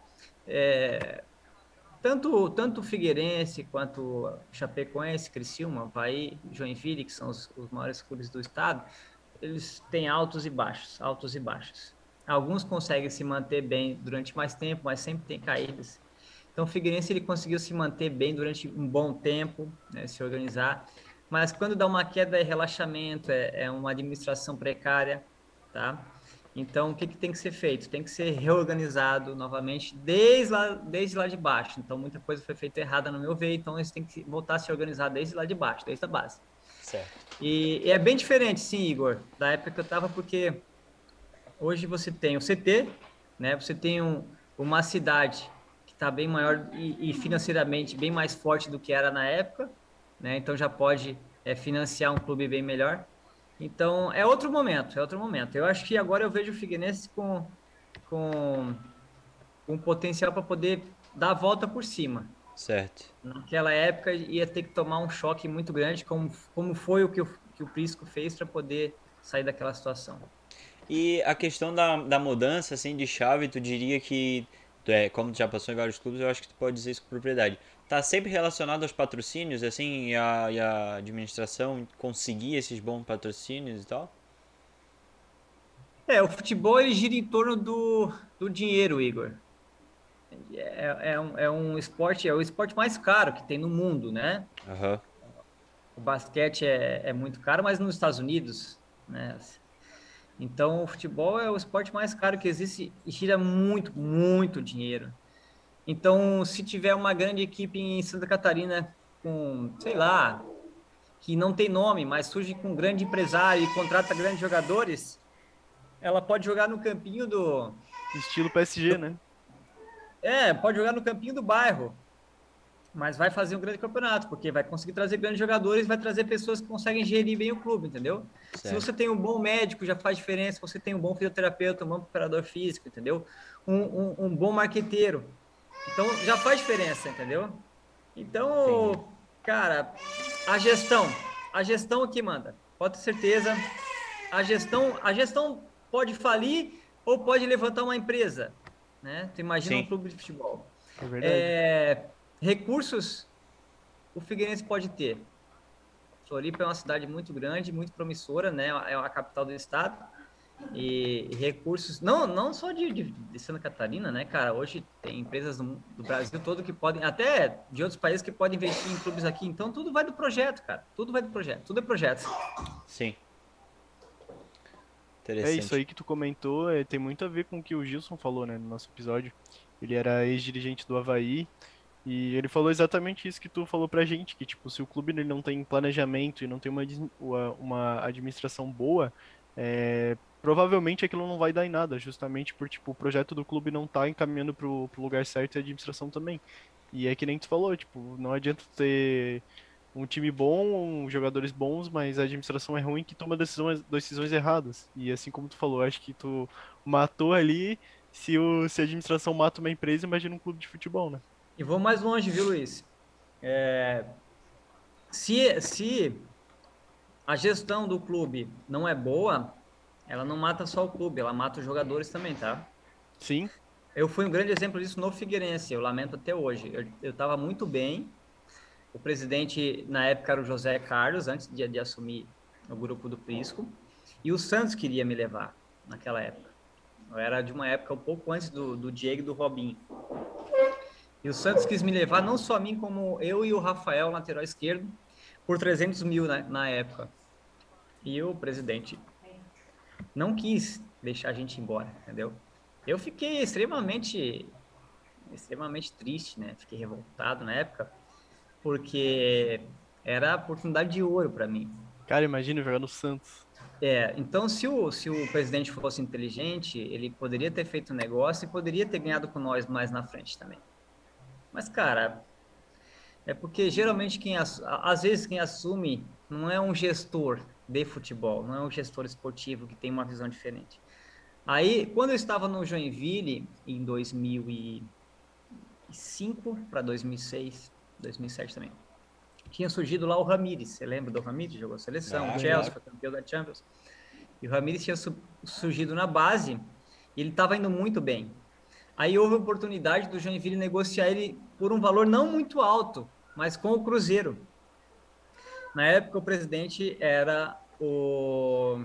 Speaker 4: Tanto o Figueirense quanto o Chapecoense, Criciúma, Avaí, Joinville, que são os maiores clubes do estado, eles têm altos e baixos, altos e baixos. Alguns conseguem se manter bem durante mais tempo, mas sempre tem caídas. Então, o Figueirense ele conseguiu se manter bem durante um bom tempo, né, se organizar. Mas quando dá uma queda é relaxamento, é uma administração precária, tá? Então, o que tem que ser feito? Tem que ser reorganizado novamente desde lá de baixo. Então, muita coisa foi feita errada no meu ver, então eles têm que voltar a se organizar desde lá de baixo, desde a base.
Speaker 3: Certo.
Speaker 4: E é bem diferente, sim, Igor, da época que eu estava, porque hoje você tem o CT, né? Você tem uma cidade que está bem maior e financeiramente bem mais forte do que era na época, né? Então já pode financiar um clube bem melhor. Então é outro momento. Eu acho que agora eu vejo o Figueirense com potencial para poder dar a volta por cima.
Speaker 3: Certo.
Speaker 4: Naquela época ia ter que tomar um choque muito grande, como foi o que o Prisco fez para poder sair daquela situação.
Speaker 3: E a questão da mudança assim, de chave, tu diria que, como tu já passou em vários clubes, eu acho que tu pode dizer isso com propriedade. Tá sempre relacionado aos patrocínios, assim, e a administração conseguir esses bons patrocínios e tal?
Speaker 4: O futebol ele gira em torno do dinheiro, Igor. É um esporte, é o esporte mais caro que tem no mundo, né?
Speaker 3: Uhum.
Speaker 4: O basquete é muito caro, mas nos Estados Unidos, né? Então, o futebol é o esporte mais caro que existe e gira muito, muito dinheiro. Então, se tiver uma grande equipe em Santa Catarina com, sei lá, que não tem nome, mas surge com um grande empresário e contrata grandes jogadores, ela pode jogar no campinho do...
Speaker 2: Estilo PSG, né?
Speaker 4: Pode jogar no campinho do bairro, mas vai fazer um grande campeonato, porque vai conseguir trazer grandes jogadores, vai trazer pessoas que conseguem gerir bem o clube, entendeu? Certo. Se você tem um bom médico, já faz diferença. Se você tem um bom fisioterapeuta, um bom preparador físico, entendeu? Um bom marqueteiro. Então, já faz diferença, entendeu? Então, sim, cara, a gestão aqui manda. Pode ter certeza. A gestão pode falir ou pode levantar uma empresa, né? Tu imagina, sim, um clube de futebol.
Speaker 2: É verdade.
Speaker 4: recursos o Figueirense pode ter. Floripa é uma cidade muito grande, muito promissora, né? É a capital do estado. E recursos, não só de Santa Catarina, né, cara? Hoje tem empresas do Brasil todo que podem, até de outros países que podem investir em clubes aqui. Então tudo vai do projeto, cara. Tudo vai do projeto. Tudo é projeto.
Speaker 3: Sim.
Speaker 2: É
Speaker 3: Interessante.
Speaker 2: isso aí que tu comentou, tem muito a ver com o que o Gilson falou, né, no nosso episódio. Ele era ex-dirigente do Avaí e ele falou exatamente isso que tu falou pra gente, que tipo, se o clube ele não tem planejamento e não tem uma administração boa, provavelmente aquilo não vai dar em nada, justamente por tipo, o projeto do clube não tá encaminhando pro lugar certo e a administração também. E é que nem tu falou, tipo, não adianta ter um time bom, jogadores bons, mas a administração é ruim que toma decisões erradas. E assim como tu falou, acho que tu matou ali, se a administração mata uma empresa, imagina um clube de futebol, né?
Speaker 4: E vou mais longe, viu, Luiz? Se a gestão do clube não é boa, ela não mata só o clube, ela mata os jogadores também, tá?
Speaker 2: Sim,
Speaker 4: Eu fui um grande exemplo disso no Figueirense, eu lamento até hoje. Eu estava muito bem. O presidente, na época, era o José Carlos, antes de assumir o grupo do Prisco. E o Santos queria me levar naquela época. Eu era de uma época um pouco antes do Diego e do Robinho. E o Santos quis me levar, não só a mim, como eu e o Rafael, lateral esquerdo, por 300 mil na época. E o presidente não quis deixar a gente embora, entendeu? Eu fiquei extremamente triste, né? Fiquei revoltado na época, porque era a oportunidade de ouro para mim.
Speaker 2: cara, imagina jogar no Santos.
Speaker 4: Então, se o presidente fosse inteligente, ele poderia ter feito um negócio e poderia ter ganhado com nós mais na frente também. Mas, cara, é porque geralmente às vezes quem assume não é um gestor de futebol, não é um gestor esportivo que tem uma visão diferente. Aí, quando eu estava no Joinville, em 2005 para 2006, 2007 também, tinha surgido lá o Ramires. Você lembra do Ramires? Jogou seleção, o Chelsea, foi campeão da Champions. E o Ramires tinha surgido na base e ele estava indo muito bem. Aí houve a oportunidade do Joinville negociar ele por um valor não muito alto, mas com o Cruzeiro. Na época, o presidente era o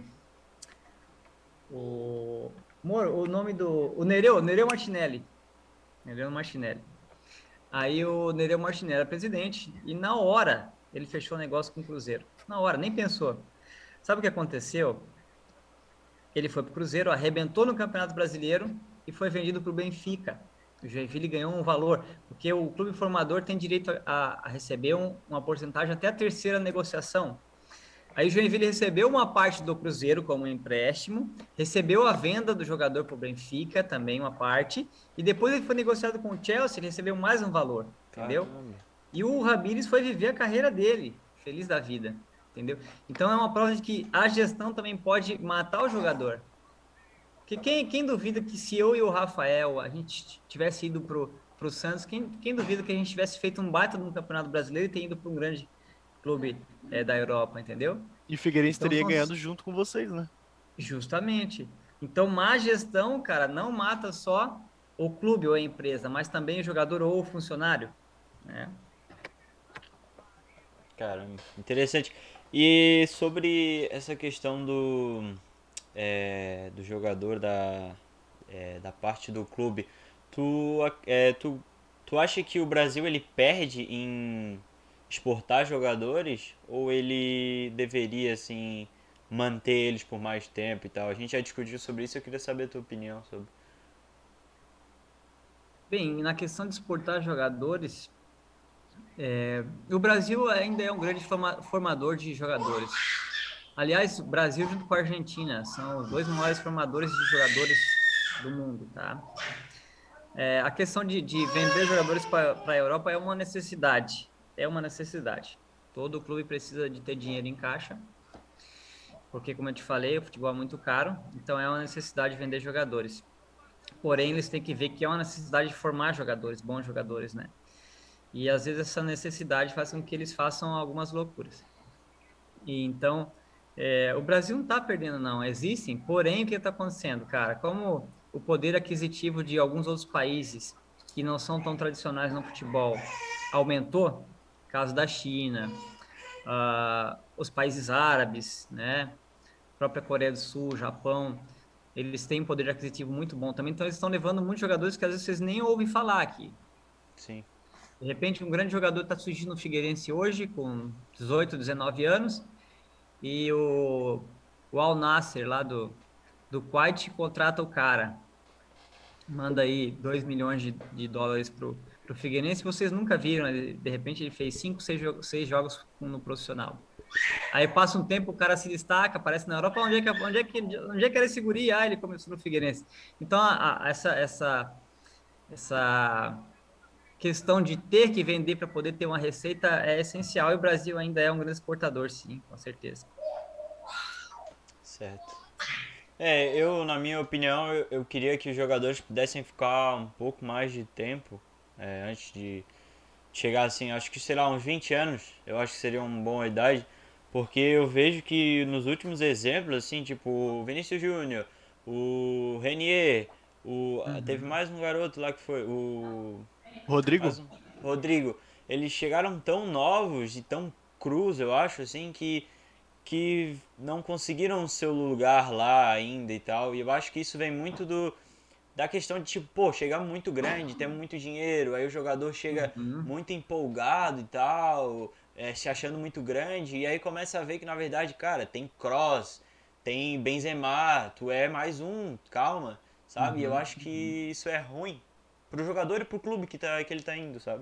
Speaker 4: nome o Nereu Martinelli. Nereu Martinelli. Aí o Nereu Martinelli era presidente e na hora ele fechou o negócio com o Cruzeiro. Na hora, nem pensou. Sabe o que aconteceu? Ele foi para o Cruzeiro, arrebentou no Campeonato Brasileiro e foi vendido para o Benfica. O Joinville ganhou um valor, porque o clube formador tem direito a receber uma porcentagem até a terceira negociação. Aí o Joinville recebeu uma parte do Cruzeiro como um empréstimo, recebeu a venda do jogador para o Benfica, também uma parte, e depois ele foi negociado com o Chelsea, ele recebeu mais um valor, entendeu?
Speaker 3: Caramba.
Speaker 4: E o Ramires foi viver a carreira dele, feliz da vida, entendeu? Então é uma prova de que a gestão também pode matar o jogador. Porque quem duvida que se eu e o Rafael, a gente tivesse ido pro Santos, quem duvida que a gente tivesse feito um baita no Campeonato Brasileiro e ter ido para um grande clube da Europa, entendeu?
Speaker 2: E o Figueirense
Speaker 4: Então,
Speaker 2: teria ganhado junto com vocês, né?
Speaker 4: Justamente. Então, má gestão, cara, não mata só o clube ou a empresa, mas também o jogador ou o funcionário, né?
Speaker 3: Caramba, interessante. E sobre essa questão do jogador da parte do clube, tu acha que o Brasil ele perde em exportar jogadores ou ele deveria assim manter eles por mais tempo e tal? A gente já discutiu sobre isso, eu queria saber a tua opinião sobre.
Speaker 4: Bem, na questão de exportar jogadores, o Brasil ainda é um grande formador de jogadores. Aliás, o Brasil junto com a Argentina são os dois maiores formadores de jogadores do mundo, tá? A questão de vender jogadores para a Europa é uma necessidade. É uma necessidade. Todo clube precisa de ter dinheiro em caixa, porque, como eu te falei, o futebol é muito caro, então é uma necessidade de vender jogadores. Porém, eles têm que ver que é uma necessidade de formar jogadores, bons jogadores, né? E, às vezes, essa necessidade faz com que eles façam algumas loucuras. E, então, o Brasil não está perdendo, não. Existem, porém, o que está acontecendo, cara? Como o poder aquisitivo de alguns outros países que não são tão tradicionais no futebol aumentou, caso da China, os países árabes, né? A própria Coreia do Sul, Japão, eles têm um poder aquisitivo muito bom também, então eles estão levando muitos jogadores que às vezes vocês nem ouvem falar aqui.
Speaker 3: Sim.
Speaker 4: De repente, um grande jogador está surgindo no Figueirense hoje, com 18, 19 anos, e o Al Nassr, lá do Kuwait, contrata o cara. Manda aí 2 milhões de dólares pro Figueirense. Vocês nunca viram, né? De repente ele fez 5, 6 jogos no profissional. Aí passa um tempo, o cara se destaca, aparece na Europa. Onde é que era esse guri? Ele começou no Figueirense. Então, essa questão de ter que vender para poder ter uma receita é essencial, e o Brasil ainda é um grande exportador, sim, com certeza.
Speaker 3: Certo. Na minha opinião, eu queria que os jogadores pudessem ficar um pouco mais de tempo antes de chegar assim, acho que, sei lá, uns 20 anos, eu acho que seria uma boa idade, porque eu vejo que nos últimos exemplos, assim, tipo, o Vinícius Júnior, o Renier, teve mais um garoto lá que foi,
Speaker 2: Rodrigo?
Speaker 3: Rodrigo, eles chegaram tão novos e tão crus, eu acho, assim, que não conseguiram seu lugar lá ainda e tal. E eu acho que isso vem muito da questão de, tipo, pô, chegar muito grande, ter muito dinheiro, aí o jogador chega muito empolgado e tal, se achando muito grande, e aí começa a ver que, na verdade, cara, tem Kroos, tem Benzema, tu é mais um, calma, sabe? E eu acho que isso é ruim pro jogador e pro clube que ele tá indo, sabe?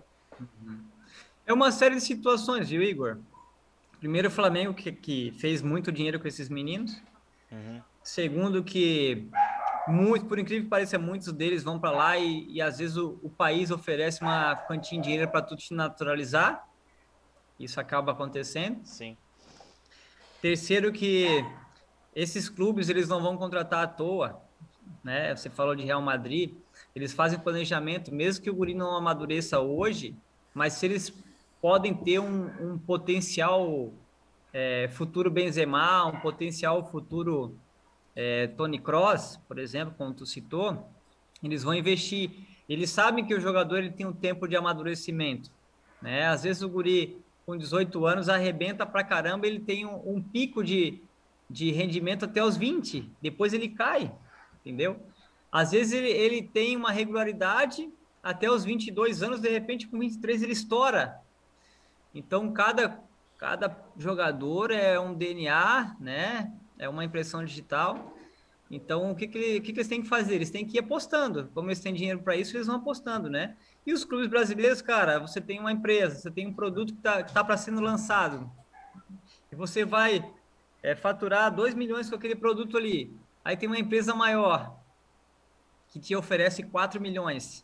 Speaker 4: É uma série de situações, viu, Igor? Primeiro, o Flamengo, que fez muito dinheiro com esses meninos. Segundo, que, por incrível que pareça, muitos deles vão para lá e às vezes o país oferece uma quantia de dinheiro para tudo se naturalizar. Isso acaba acontecendo.
Speaker 3: Sim.
Speaker 4: Terceiro, que esses clubes eles não vão contratar à toa, né? Você falou de Real Madrid, eles fazem planejamento, mesmo que o guri não amadureça hoje, mas se eles podem ter um potencial futuro Benzema, um potencial futuro Toni Kroos, por exemplo, como tu citou, eles vão investir. Eles sabem que o jogador ele tem um tempo de amadurecimento, né? Às vezes o guri com 18 anos arrebenta pra caramba, ele tem um pico de rendimento até os 20, depois ele cai, entendeu? Às vezes ele tem uma regularidade até os 22 anos, de repente com 23 ele estoura. Então, cada jogador é um DNA, né? É uma impressão digital. Então, o que eles têm que fazer? Eles têm que ir apostando. Como eles têm dinheiro para isso, eles vão apostando, né? E os clubes brasileiros, cara, você tem uma empresa, você tem um produto que tá para sendo lançado. E você vai faturar 2 milhões com aquele produto ali. Aí tem uma empresa maior que te oferece 4 milhões.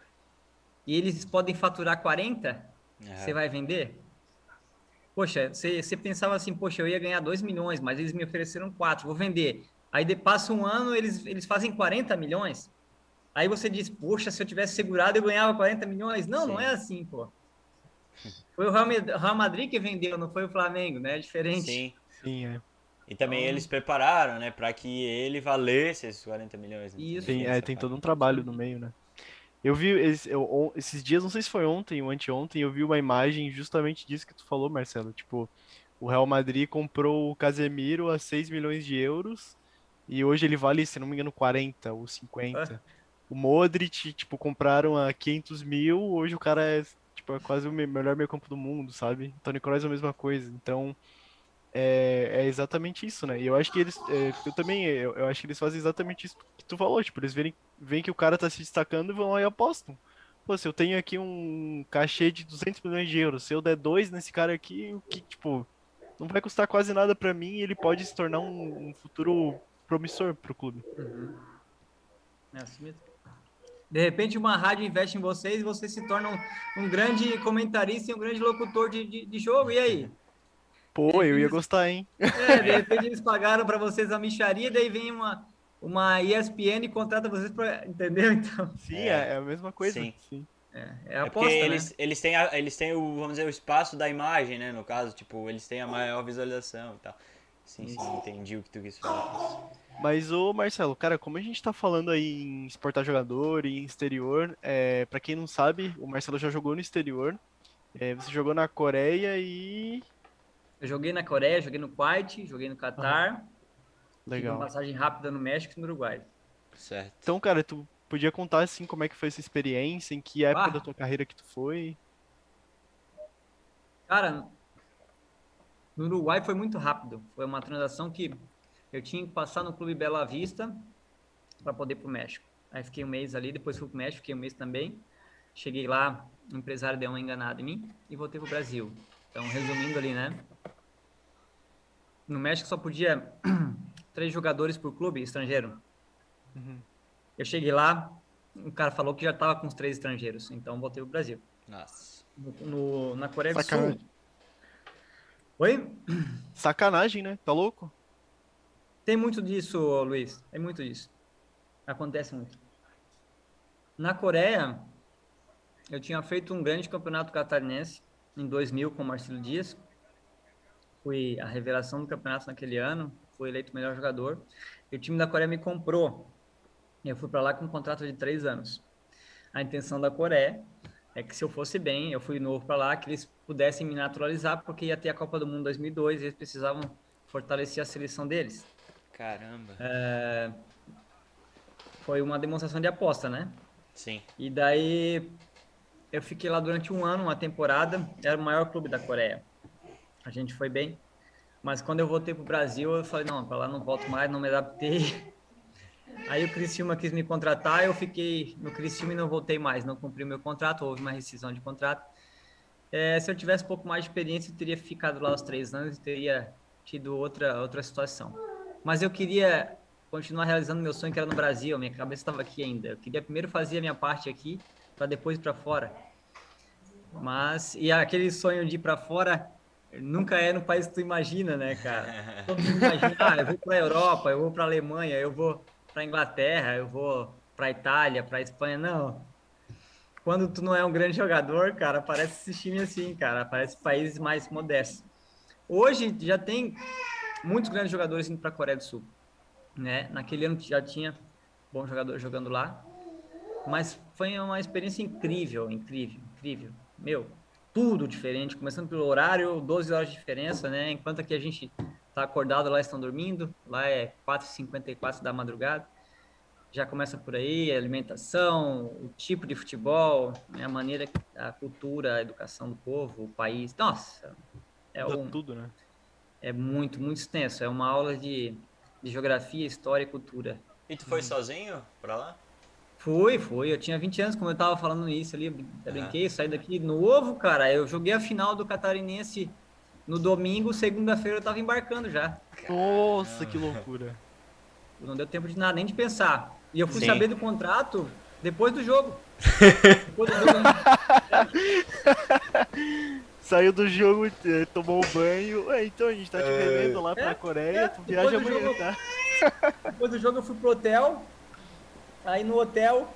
Speaker 4: E eles podem faturar 40, você vai vender? Poxa, você pensava assim, poxa, eu ia ganhar 2 milhões, mas eles me ofereceram 4, vou vender. Aí passa um ano, eles fazem 40 milhões. Aí você diz, poxa, se eu tivesse segurado, eu ganhava 40 milhões. Não, não é assim, pô. Foi o Real Madrid que vendeu, não foi o Flamengo, né? É diferente.
Speaker 3: Sim.
Speaker 2: Sim, é.
Speaker 3: E também eles prepararam, né, para que ele valesse esses 40 milhões. Né?
Speaker 4: Isso.
Speaker 2: Sim, tem todo um trabalho no meio, né? Eu vi esses dias, não sei se foi ontem ou anteontem, eu vi uma imagem justamente disso que tu falou, Marcelo. Tipo, o Real Madrid comprou o Casemiro a 6 milhões de euros e hoje ele vale, se não me engano, 40 ou 50. O Modric, tipo, compraram a 500 mil, hoje o cara é quase o melhor meio-campo do mundo, sabe? Toni Kroos é a mesma coisa. Então, é exatamente isso, né? E eu acho que eu acho que eles fazem exatamente isso que tu falou, tipo, eles veem que o cara tá se destacando e vão lá e apostam. Pô, se eu tenho aqui um cachê de 200 milhões de euros, se eu der 2 nesse cara aqui, o que, tipo, não vai custar quase nada pra mim e ele pode se tornar um futuro promissor pro clube.
Speaker 4: É assim mesmo. De repente uma rádio investe em vocês e você se torna um grande comentarista e um grande locutor de jogo, e aí?
Speaker 2: Pô, eu ia gostar, hein?
Speaker 4: De repente eles pagaram para vocês a mixaria, daí vem uma ESPN e contrata vocês para, entendeu? Então,
Speaker 2: sim, é a mesma coisa.
Speaker 3: Sim.
Speaker 4: É aposta,
Speaker 3: porque
Speaker 4: né?
Speaker 3: eles têm o, vamos dizer, o espaço da imagem, né, no caso, tipo, eles têm a maior visualização e tal. Sim, entendi o que tu quis falar.
Speaker 2: Mas, ô Marcelo, cara, como a gente tá falando aí em exportar jogador e em exterior, pra quem não sabe, o Marcelo já jogou no exterior. Você jogou na Coreia e.
Speaker 4: Eu joguei na Coreia, joguei no Kuwait, joguei no Catar, tive uma
Speaker 2: Legal.
Speaker 4: passagem rápida no México e no Uruguai.
Speaker 3: Certo.
Speaker 2: Então, cara, tu podia contar assim como é que foi essa experiência, em que época da
Speaker 4: Ah,
Speaker 2: tua carreira que tu foi?
Speaker 4: cara, no Uruguai foi muito rápido. Foi uma transação que eu tinha que passar no Clube Bela Vista para poder ir pro México. Aí fiquei um mês ali, depois fui pro México, fiquei um mês também. Cheguei lá, o empresário deu uma enganada em mim e voltei pro Brasil. Então, resumindo ali, né? No México só podia 3 jogadores por clube estrangeiro.
Speaker 2: Uhum.
Speaker 4: Eu cheguei lá, o cara falou que já tava com os 3 estrangeiros, então voltei pro Brasil.
Speaker 3: Nossa.
Speaker 4: Na Coreia do
Speaker 2: Sacanagem.
Speaker 4: Sul. Oi?
Speaker 2: Sacanagem, né? Tá louco?
Speaker 4: Tem muito disso, Luiz. Tem muito disso. Acontece muito. Na Coreia, eu tinha feito um grande campeonato catarinense em 2000 com o Marcelo Dias. Fui a revelação do campeonato naquele ano. Fui eleito o melhor jogador. E o time da Coreia me comprou. Eu fui para lá com um contrato de 3 anos. A intenção da Coreia é que se eu fosse bem, eu fui novo para lá, que eles pudessem me naturalizar, porque ia ter a Copa do Mundo 2002 e eles precisavam fortalecer a seleção deles.
Speaker 3: Caramba.
Speaker 4: Foi uma demonstração de aposta, né?
Speaker 3: Sim.
Speaker 4: E daí eu fiquei lá durante um ano, uma temporada, era o maior clube da Coreia. A gente foi bem, mas quando eu voltei pro Brasil, eu falei, não, para lá não volto mais, não me adaptei. Aí o Criciúma quis me contratar, eu fiquei no Criciúma e não voltei mais, não cumpri o meu contrato, houve uma rescisão de contrato. Se eu tivesse um pouco mais de experiência, eu teria ficado lá os 3 anos e teria tido outra situação. Mas eu queria continuar realizando meu sonho, que era no Brasil, minha cabeça estava aqui ainda. Eu queria primeiro fazer a minha parte aqui, para depois ir para fora. E aquele sonho de ir para fora nunca é no país que tu imagina, né, cara? Todo mundo imagina, eu vou para a Europa, eu vou para a Alemanha, eu vou para a Inglaterra, eu vou para a Itália, para a Espanha. Não. Quando tu não é um grande jogador, cara, parece esse time assim, cara, parece países mais modestos. Hoje já tem muitos grandes jogadores indo para a Coreia do Sul, né? Naquele ano já tinha bom jogador jogando lá, mas foi uma experiência incrível, incrível, incrível. Meu, tudo diferente, começando pelo horário, 12 horas de diferença, né? Enquanto aqui a gente tá acordado, lá estão dormindo, lá é 4h54 da madrugada. Já começa por aí, a alimentação, o tipo de futebol, a maneira, a cultura, a educação do povo, o país. Nossa,
Speaker 2: Tudo, né?
Speaker 4: É muito, muito extenso. É uma aula de geografia, história e cultura.
Speaker 3: E tu foi sozinho pra lá?
Speaker 4: Fui. Eu tinha 20 anos, como eu tava falando isso ali. Eu brinquei, saí daqui novo, cara. Eu joguei a final do Catarinense no domingo, segunda-feira eu tava embarcando já.
Speaker 2: Nossa, que loucura.
Speaker 4: Não deu tempo de nada, nem de pensar. E eu fui
Speaker 3: Sim.
Speaker 4: saber do contrato depois do jogo.
Speaker 2: Saiu do jogo, tomou um banho. Então a gente tá te vendo lá pra Coreia, tu viaja amanhã,
Speaker 4: jogo,
Speaker 2: tá?
Speaker 4: Depois do jogo eu fui pro hotel. Aí no hotel,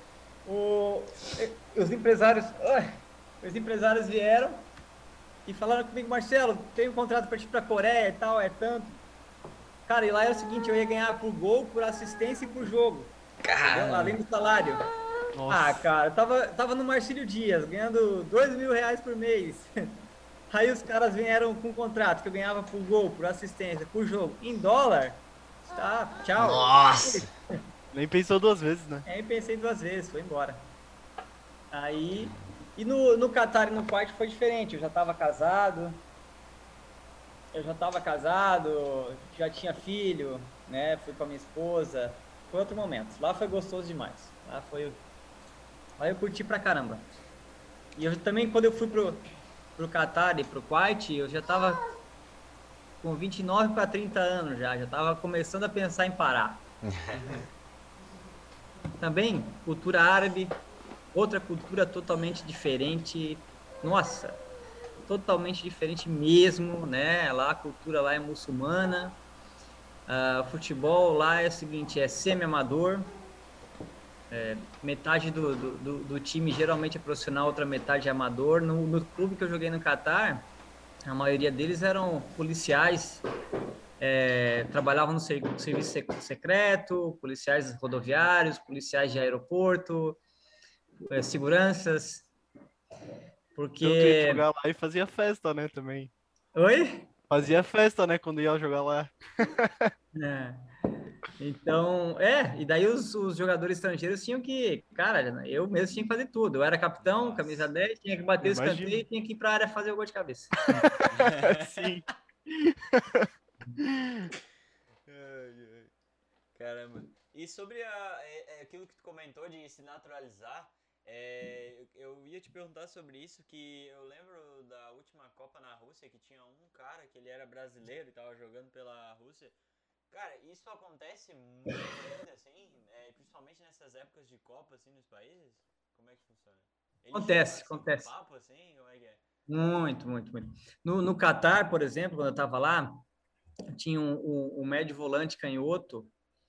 Speaker 4: os empresários vieram e falaram comigo, Marcelo, tem um contrato pra ir pra Coreia e tal, é tanto. Cara, e lá era o seguinte, eu ia ganhar por gol, por assistência e por jogo. Entendeu? Além do salário.
Speaker 2: Nossa.
Speaker 4: Cara, tava no Marcílio Dias, ganhando R$2.000 por mês. Aí os caras vieram com um contrato que eu ganhava por gol, por assistência, por jogo. Em dólar, tá, tchau.
Speaker 3: Nossa!
Speaker 2: Nem pensou 2 vezes, né?
Speaker 4: Aí pensei 2 vezes, foi embora. Aí, e no Catar e no Kuwait foi diferente, eu já tava casado, já tinha filho, né, fui com a minha esposa, foi outro momento. Lá foi gostoso demais, lá eu curti pra caramba. E eu também, quando eu fui pro Catar e pro Kuwait, eu já tava com 29 para 30 anos já tava começando a pensar em parar. Também, cultura árabe, outra cultura totalmente diferente, nossa, totalmente diferente mesmo, né? Lá a cultura lá é muçulmana, futebol lá é o seguinte, é semi-amador, metade do time geralmente é profissional, outra metade é amador. No clube que eu joguei no Catar, a maioria deles eram policiais trabalhavam no serviço secreto, policiais rodoviários, policiais de aeroporto, seguranças,
Speaker 2: Então tu ia
Speaker 4: porque...
Speaker 2: jogar lá e fazia festa, né, também.
Speaker 4: Oi?
Speaker 2: Fazia festa, né, quando ia jogar lá.
Speaker 4: É. Então, e daí os jogadores estrangeiros tinham que, cara, eu mesmo tinha que fazer tudo. Eu era capitão, camisa
Speaker 3: Nossa.
Speaker 4: 10, tinha que bater o escanteio
Speaker 2: Imagina.
Speaker 4: e tinha que ir para a área fazer o gol de cabeça.
Speaker 2: Sim.
Speaker 3: Ai, ai. Caramba. E sobre aquilo que tu comentou de se naturalizar, eu ia te perguntar sobre isso, que eu lembro da última Copa na Rússia, que tinha um cara que ele era brasileiro e tava jogando pela Rússia. Cara, isso acontece muito ainda, assim, principalmente nessas épocas de Copa, assim, nos países? Como é que funciona? Eles chegam
Speaker 4: Acontece,
Speaker 3: assim com
Speaker 4: acontece.
Speaker 3: papo, assim, como é que é?
Speaker 4: Muito, muito, muito. No Catar, por exemplo, quando eu estava lá, tinha um médio volante canhoto,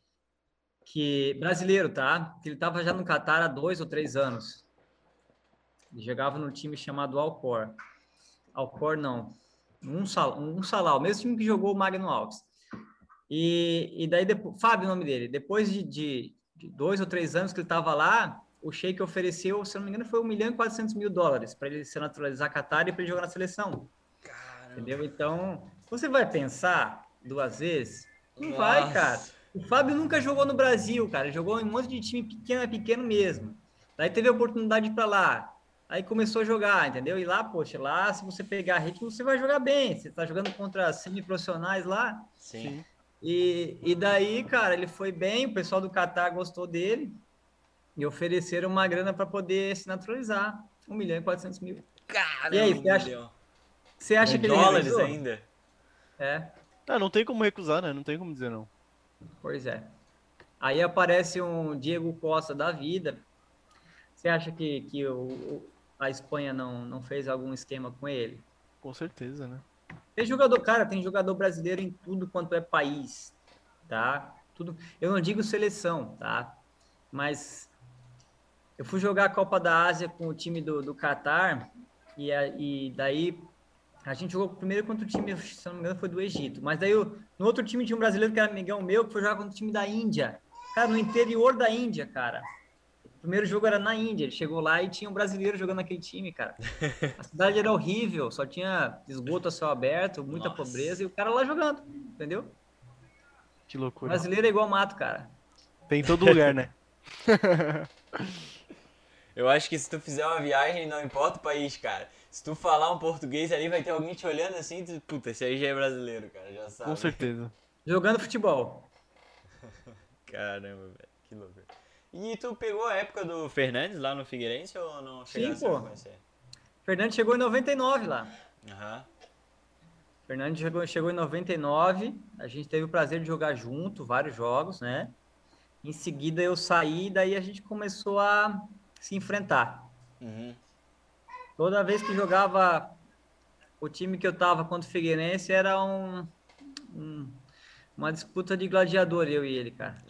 Speaker 4: brasileiro, tá? Que ele estava já no Catar há 2 ou 3 anos. Ele jogava num time chamado Alcor. Alcor não. Um Salah, o mesmo time que jogou o Magno Alves. E daí, Fábio, o nome dele. Depois de 2 ou 3 anos que ele estava lá, o Sheik ofereceu, se não me engano, foi $1.400.000 para ele se naturalizar Qatar e para ele jogar na seleção.
Speaker 3: Caramba.
Speaker 4: Entendeu? Então, você vai pensar 2 vezes? Não
Speaker 3: Nossa.
Speaker 4: vai, cara. O Fábio nunca jogou no Brasil, cara. Ele jogou em um monte de time pequeno, é pequeno mesmo. Daí teve a oportunidade de ir para lá. Aí começou a jogar, entendeu? E lá, poxa, lá se você pegar ritmo, você vai jogar bem. Você tá jogando contra semiprofissionais lá.
Speaker 3: Sim.
Speaker 4: E daí, cara, ele foi bem, o pessoal do Catar gostou dele e ofereceram uma grana para poder se naturalizar. 1.400.000.
Speaker 3: Caramba,
Speaker 4: E aí, você acha que ele
Speaker 3: dólares
Speaker 4: recusou?
Speaker 3: ainda?
Speaker 2: Não tem como recusar, né? Não tem como dizer não.
Speaker 4: Pois é. Aí aparece um Diego Costa da vida. Você acha que a Espanha não fez algum esquema com ele?
Speaker 2: Com certeza, né?
Speaker 4: Tem jogador brasileiro em tudo quanto é país, tá? Tudo. Eu não digo seleção, tá? Mas eu fui jogar a Copa da Ásia com o time do Catar e daí a gente jogou primeiro contra o time, se não me engano, foi do Egito. Mas daí no outro time tinha um brasileiro que era amigão meu, que foi jogar contra o time da Índia. Cara, no interior da Índia, cara. O primeiro jogo era na Índia. Ele chegou lá e tinha um brasileiro jogando naquele time, cara. A cidade era horrível, só tinha esgoto a céu aberto, muita pobreza, e o cara lá jogando, entendeu?
Speaker 2: Que
Speaker 4: O
Speaker 2: loucura.
Speaker 4: brasileiro é igual mato, cara.
Speaker 2: Tem em todo lugar, né?
Speaker 3: Eu acho que se tu fizer uma viagem, não importa o país, cara. Se tu falar um português ali, vai ter alguém te olhando assim, puta, esse aí já é brasileiro, cara, já sabe.
Speaker 2: Com certeza.
Speaker 4: Jogando futebol.
Speaker 3: Caramba, velho, que loucura. E tu pegou a época do Fernandes lá no Figueirense ou não
Speaker 4: Sim,
Speaker 3: chegasse a
Speaker 4: pô.
Speaker 3: conhecer?
Speaker 4: Fernando chegou em 99 lá.
Speaker 3: Aham.
Speaker 4: Fernando chegou em 99, a gente teve o prazer de jogar junto, vários jogos, né? Em seguida eu saí, daí a gente começou a se enfrentar.
Speaker 3: Uhum.
Speaker 4: Toda vez que jogava o time que eu tava contra o Figueirense, era uma disputa de gladiador, eu e ele, cara.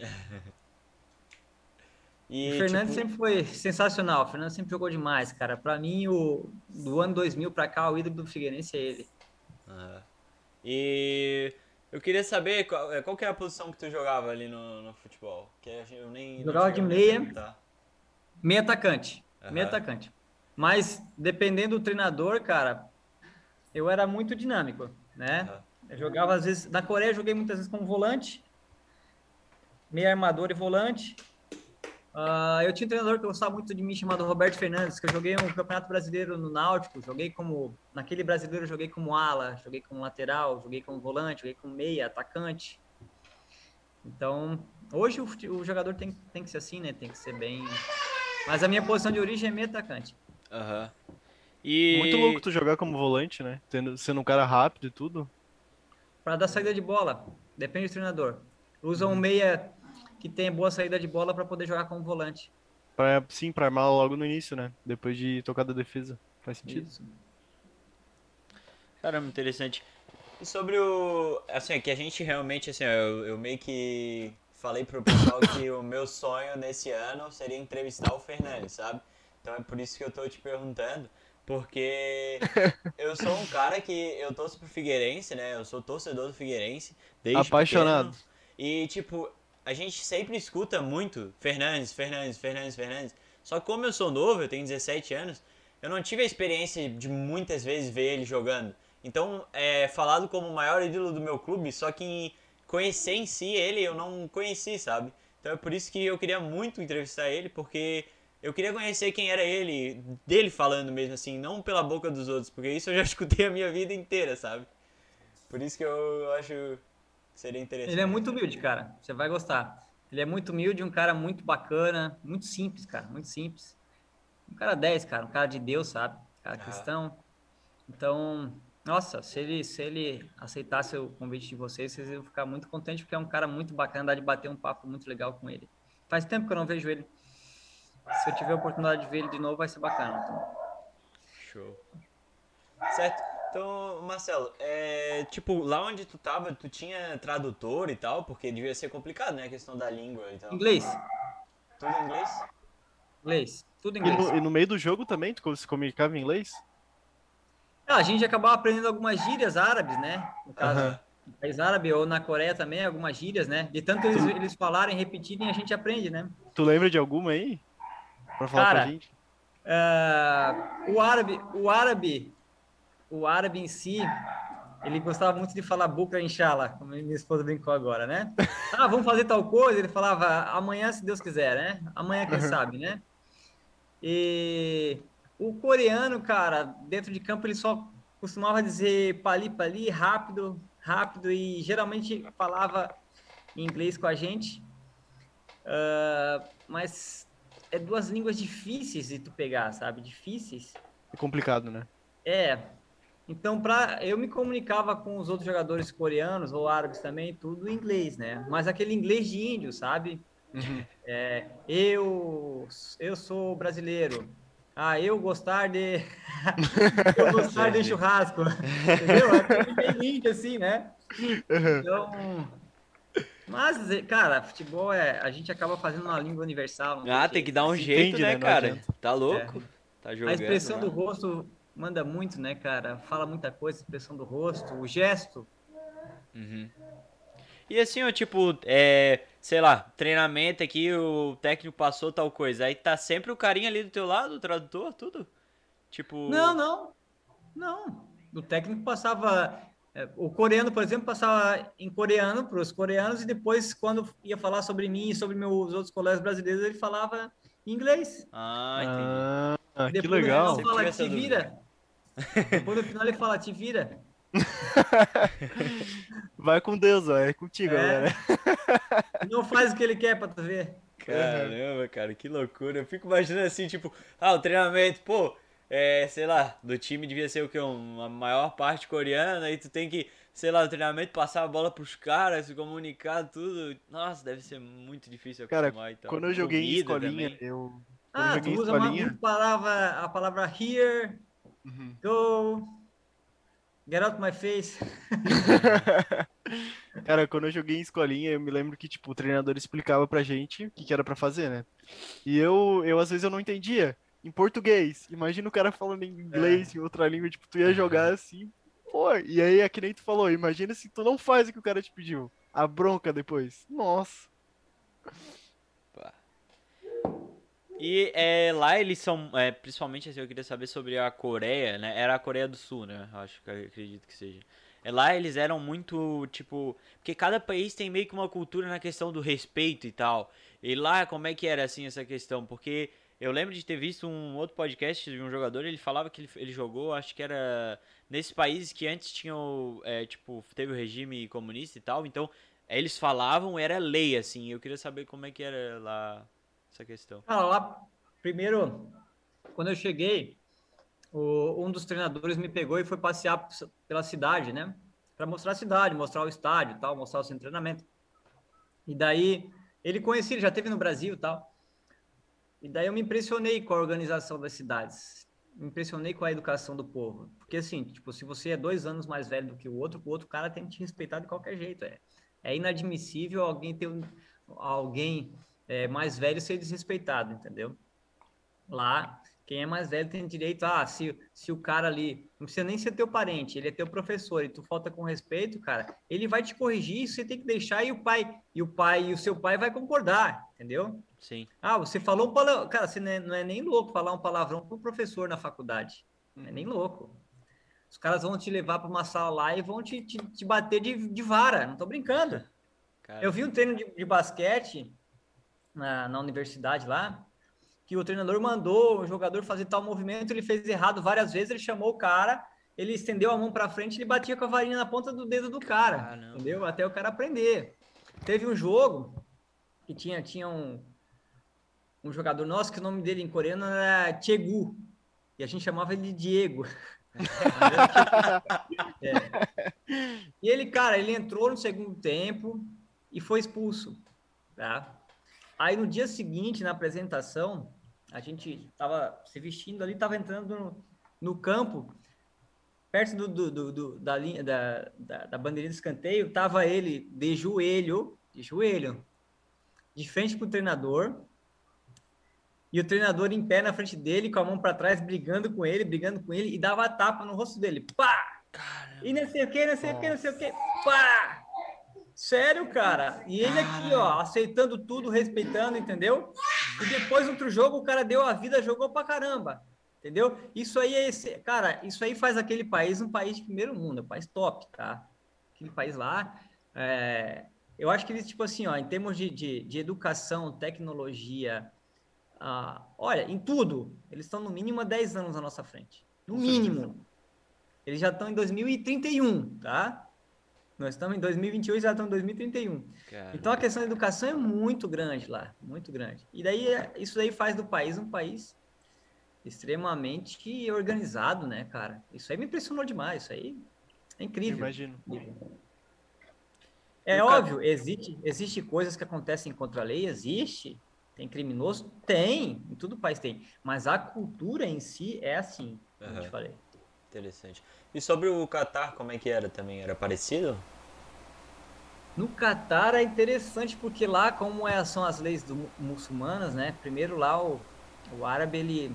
Speaker 3: E
Speaker 4: O Fernando
Speaker 3: tipo,
Speaker 4: sempre foi sensacional, o Fernando sempre jogou demais, cara. Pra mim, do ano 2000 pra cá, o ídolo do Figueirense é ele.
Speaker 3: aham. E eu queria saber qual que é a posição que tu jogava ali no futebol. Que eu nem não
Speaker 4: Jogava de
Speaker 3: chegava nem a
Speaker 4: meia.
Speaker 3: perguntar.
Speaker 4: Meio atacante,
Speaker 3: Aham.
Speaker 4: meio atacante. Mas, dependendo do treinador, cara, eu era muito dinâmico, né?
Speaker 3: Aham.
Speaker 4: Eu jogava, às vezes, na Coreia, eu joguei muitas vezes como volante, meio armador e volante. Eu tinha um treinador que gostava muito de mim, chamado Roberto Fernandes, que eu joguei um Campeonato Brasileiro no Náutico, naquele brasileiro eu joguei como ala, joguei como lateral, joguei como volante, joguei como meia, atacante. Então, hoje o jogador tem que ser assim, né? Tem que ser bem... Mas a minha posição de origem é meio atacante.
Speaker 3: Aham. E
Speaker 2: Muito louco tu jogar como volante, né? Sendo um cara rápido e tudo.
Speaker 4: Para dar saída de bola, depende do treinador. Usa um meia que tem boa saída de bola para poder jogar como volante.
Speaker 2: Sim, pra armar logo no início, né? Depois de tocar da defesa. Faz sentido.
Speaker 4: Isso.
Speaker 3: Caramba, interessante. E sobre o... Assim, que a gente realmente, assim, eu meio que falei pro pessoal que o meu sonho nesse ano seria entrevistar o Fernandes, sabe? Então é por isso que eu tô te perguntando. Porque eu sou um cara que eu torço pro Figueirense, né? Eu sou torcedor do Figueirense desde
Speaker 2: Apaixonado.
Speaker 3: pequeno. E, tipo, a gente sempre escuta muito Fernandes, Fernandes, Fernandes, Fernandes. Só que como eu sou novo, eu tenho 17 anos, eu não tive a experiência de muitas vezes ver ele jogando. Então, falado como o maior ídolo do meu clube, só que conhecer em si ele eu não conheci, sabe? Então é por isso que eu queria muito entrevistar ele, porque eu queria conhecer quem era ele, dele falando mesmo assim, não pela boca dos outros, porque isso eu já escutei a minha vida inteira, sabe? Por isso que eu acho que seria interessante.
Speaker 4: Ele é muito humilde, cara. Você vai gostar. Ele é muito humilde, um cara muito bacana, muito simples, cara, muito simples. Um cara 10, cara, um cara de Deus, sabe? Um cara cristão. Então, nossa, se ele aceitasse o convite de vocês iam ficar muito contentes, porque é um cara muito bacana, dá de bater um papo muito legal com ele. Faz tempo que eu não vejo ele. Se eu tiver a oportunidade de ver ele de novo, vai ser bacana. Então.
Speaker 3: Show. Certo. Então, Marcelo, tipo, lá onde tu tava, tu tinha tradutor e tal, porque devia ser complicado, né, a questão da língua e tal.
Speaker 4: Inglês.
Speaker 3: Tudo em inglês?
Speaker 4: Inglês. Tudo
Speaker 2: E
Speaker 4: inglês.
Speaker 2: no meio do jogo também, tu se comunicava em inglês?
Speaker 4: A gente acabava aprendendo algumas gírias árabes, né? No caso,
Speaker 2: Aham.
Speaker 4: no país árabe ou na Coreia também, algumas gírias, né? De tanto eles falarem, repetirem, a gente aprende, né?
Speaker 2: Tu lembra de alguma aí? Pra falar pra
Speaker 4: Cara,
Speaker 2: gente?
Speaker 4: o árabe em si, ele gostava muito de falar bukra inshallah, como minha esposa brincou agora, né? Ah, vamos fazer tal coisa, ele falava amanhã, se Deus quiser, né? Amanhã, quem sabe, né? E o coreano, cara, dentro de campo, ele só costumava dizer pali, pali, rápido, rápido, e geralmente falava em inglês com a gente. Mas é duas línguas difíceis de tu pegar, sabe? Difíceis.
Speaker 2: É complicado, né?
Speaker 4: Então, eu me comunicava com os outros jogadores coreanos ou árabes também, tudo em inglês, né? Mas aquele inglês de índio, sabe?
Speaker 2: Uhum.
Speaker 4: Eu sou brasileiro. Eu gostar de eu gostar de churrasco, entendeu? É bem índio assim, né? Então, mas, cara, futebol a gente acaba fazendo uma língua universal. Não
Speaker 3: Tem que dar um
Speaker 2: Se
Speaker 3: jeito,
Speaker 2: entende,
Speaker 3: né,
Speaker 2: né? Não
Speaker 3: cara?
Speaker 2: adianta.
Speaker 3: Tá louco? Tá
Speaker 4: A
Speaker 3: jogando.
Speaker 4: expressão
Speaker 3: né?
Speaker 4: do rosto manda muito, né, cara? Fala muita coisa, a expressão do rosto, o gesto.
Speaker 3: E assim, ó, tipo, sei lá, treinamento aqui, o técnico passou tal coisa. Aí tá sempre o carinha ali do teu lado, o tradutor, tudo? Tipo.
Speaker 4: Não. O técnico passava. O coreano, por exemplo, passava em coreano para os coreanos e depois, quando ia falar sobre mim e sobre meus outros colegas brasileiros, ele falava em inglês.
Speaker 3: Entendi.
Speaker 4: E
Speaker 2: Que
Speaker 4: depois no final
Speaker 2: legal.
Speaker 3: Sempre tive
Speaker 4: fala
Speaker 3: essa
Speaker 4: te vira. Depois no final ele fala te vira.
Speaker 2: Vai com Deus, ó. É contigo agora.
Speaker 4: Não faz o que ele quer para tu ver.
Speaker 3: Caramba, cara, que loucura. Eu fico imaginando assim, tipo, o treinamento, pô, sei lá, do time devia ser o quê? Uma maior parte coreana, aí tu tem que, sei lá, no treinamento passar a bola pros caras, se comunicar, tudo. Nossa, deve ser muito difícil
Speaker 2: Cara,
Speaker 3: acostumar e tal.
Speaker 2: quando eu joguei em
Speaker 3: Comida
Speaker 2: escolinha,
Speaker 3: também.
Speaker 2: Quando eu
Speaker 4: Tu
Speaker 2: joguei em
Speaker 4: usa
Speaker 2: escolinha.
Speaker 4: muito a palavra here,
Speaker 2: Uhum.
Speaker 4: go, get out my face.
Speaker 2: Cara, quando eu joguei em escolinha, eu me lembro que, tipo, o treinador explicava pra gente o que era pra fazer, né? E às vezes, eu não entendia. Em português. Imagina o cara falando em inglês, em outra língua, tipo, tu ia jogar assim. Pô, e aí é que nem tu falou, imagina se tu não faz o que o cara te pediu. A bronca depois. Nossa.
Speaker 3: E lá eles são, principalmente assim, eu queria saber sobre a Coreia, né? Era a Coreia do Sul, né? Acho que acredito que seja. Lá eles eram muito, tipo, porque cada país tem meio que uma cultura na questão do respeito e tal. E lá como é que era assim essa questão? Porque eu lembro de ter visto um outro podcast de um jogador, ele falava que ele jogou, acho que era nesses países que antes tinham, tipo, teve o regime comunista e tal, então eles falavam, era lei, assim. Eu queria saber como é que era lá essa questão.
Speaker 4: Cara, lá, primeiro, quando eu cheguei, um dos treinadores me pegou e foi passear pela cidade, né? Para mostrar a cidade, mostrar o estádio, tal, mostrar o centro de treinamento. E daí, ele conhecia, ele já esteve no Brasil e tal. E daí eu me impressionei com a organização das cidades. Me impressionei com a educação do povo. Porque assim, tipo, se você é 2 anos mais velho do que o outro cara tem que te respeitar de qualquer jeito. É inadmissível alguém ter alguém mais velho ser desrespeitado, entendeu? Lá, Quem é mais velho tem direito, se o cara ali, não precisa nem ser teu parente, ele é teu professor e tu falta com respeito, cara, ele vai te corrigir, você tem que deixar e o seu pai vai concordar, entendeu?
Speaker 3: Sim.
Speaker 4: Você falou um palavrão, cara, você não é nem louco falar um palavrão pro professor na faculdade, não é nem louco. Os caras vão te levar para uma sala lá e vão te bater de vara, não tô brincando.
Speaker 3: Cara,
Speaker 4: Eu vi um treino de basquete na universidade lá, que o treinador mandou o jogador fazer tal movimento, ele fez errado várias vezes, ele chamou o cara, ele estendeu a mão para frente, ele batia com a varinha na ponta do dedo do cara,
Speaker 3: Caramba.
Speaker 4: entendeu? Até o cara aprender. Teve um jogo que tinha um jogador nosso, que o nome dele em coreano era Chegu, e a gente chamava ele de Diego. E ele, cara, ele entrou no segundo tempo e foi expulso, tá? Aí no dia seguinte, na apresentação, a gente tava se vestindo ali, tava entrando no campo, perto da linha da bandeirinha de escanteio, tava ele de joelho, de frente pro treinador, e o treinador em pé na frente dele, com a mão para trás, brigando com ele, e dava tapa no rosto dele. Pá!
Speaker 3: Caramba.
Speaker 4: E não sei o que, pá! Sério, cara. E ele aqui, ó, aceitando tudo, respeitando, entendeu? E depois, outro jogo, o cara deu a vida, jogou pra caramba. Entendeu? Isso aí cara, isso aí faz aquele país um país de primeiro mundo, um país top, tá? Aquele país lá, eu acho que eles, tipo assim, ó, em termos de educação, tecnologia, olha, em tudo, eles estão no mínimo há 10 anos à nossa frente. No mínimo. Eles já estão em 2031, tá? Nós estamos em 2028 e já estamos em 2031.
Speaker 3: Caramba.
Speaker 4: Então, a questão da educação é muito grande lá, muito grande. E daí, isso daí faz do país um país extremamente organizado, né, cara? Isso aí me impressionou demais, isso aí é incrível.
Speaker 2: Imagino.
Speaker 4: É óbvio, existe coisas que acontecem contra a lei, existe. Tem criminoso? Tem, em todo o país tem. Mas a cultura em si é assim, como eu te falei.
Speaker 3: Interessante. E sobre o Catar, como é que era também? Era parecido?
Speaker 4: No Catar é interessante porque lá, como são as leis muçulmanas, né? Primeiro lá o árabe,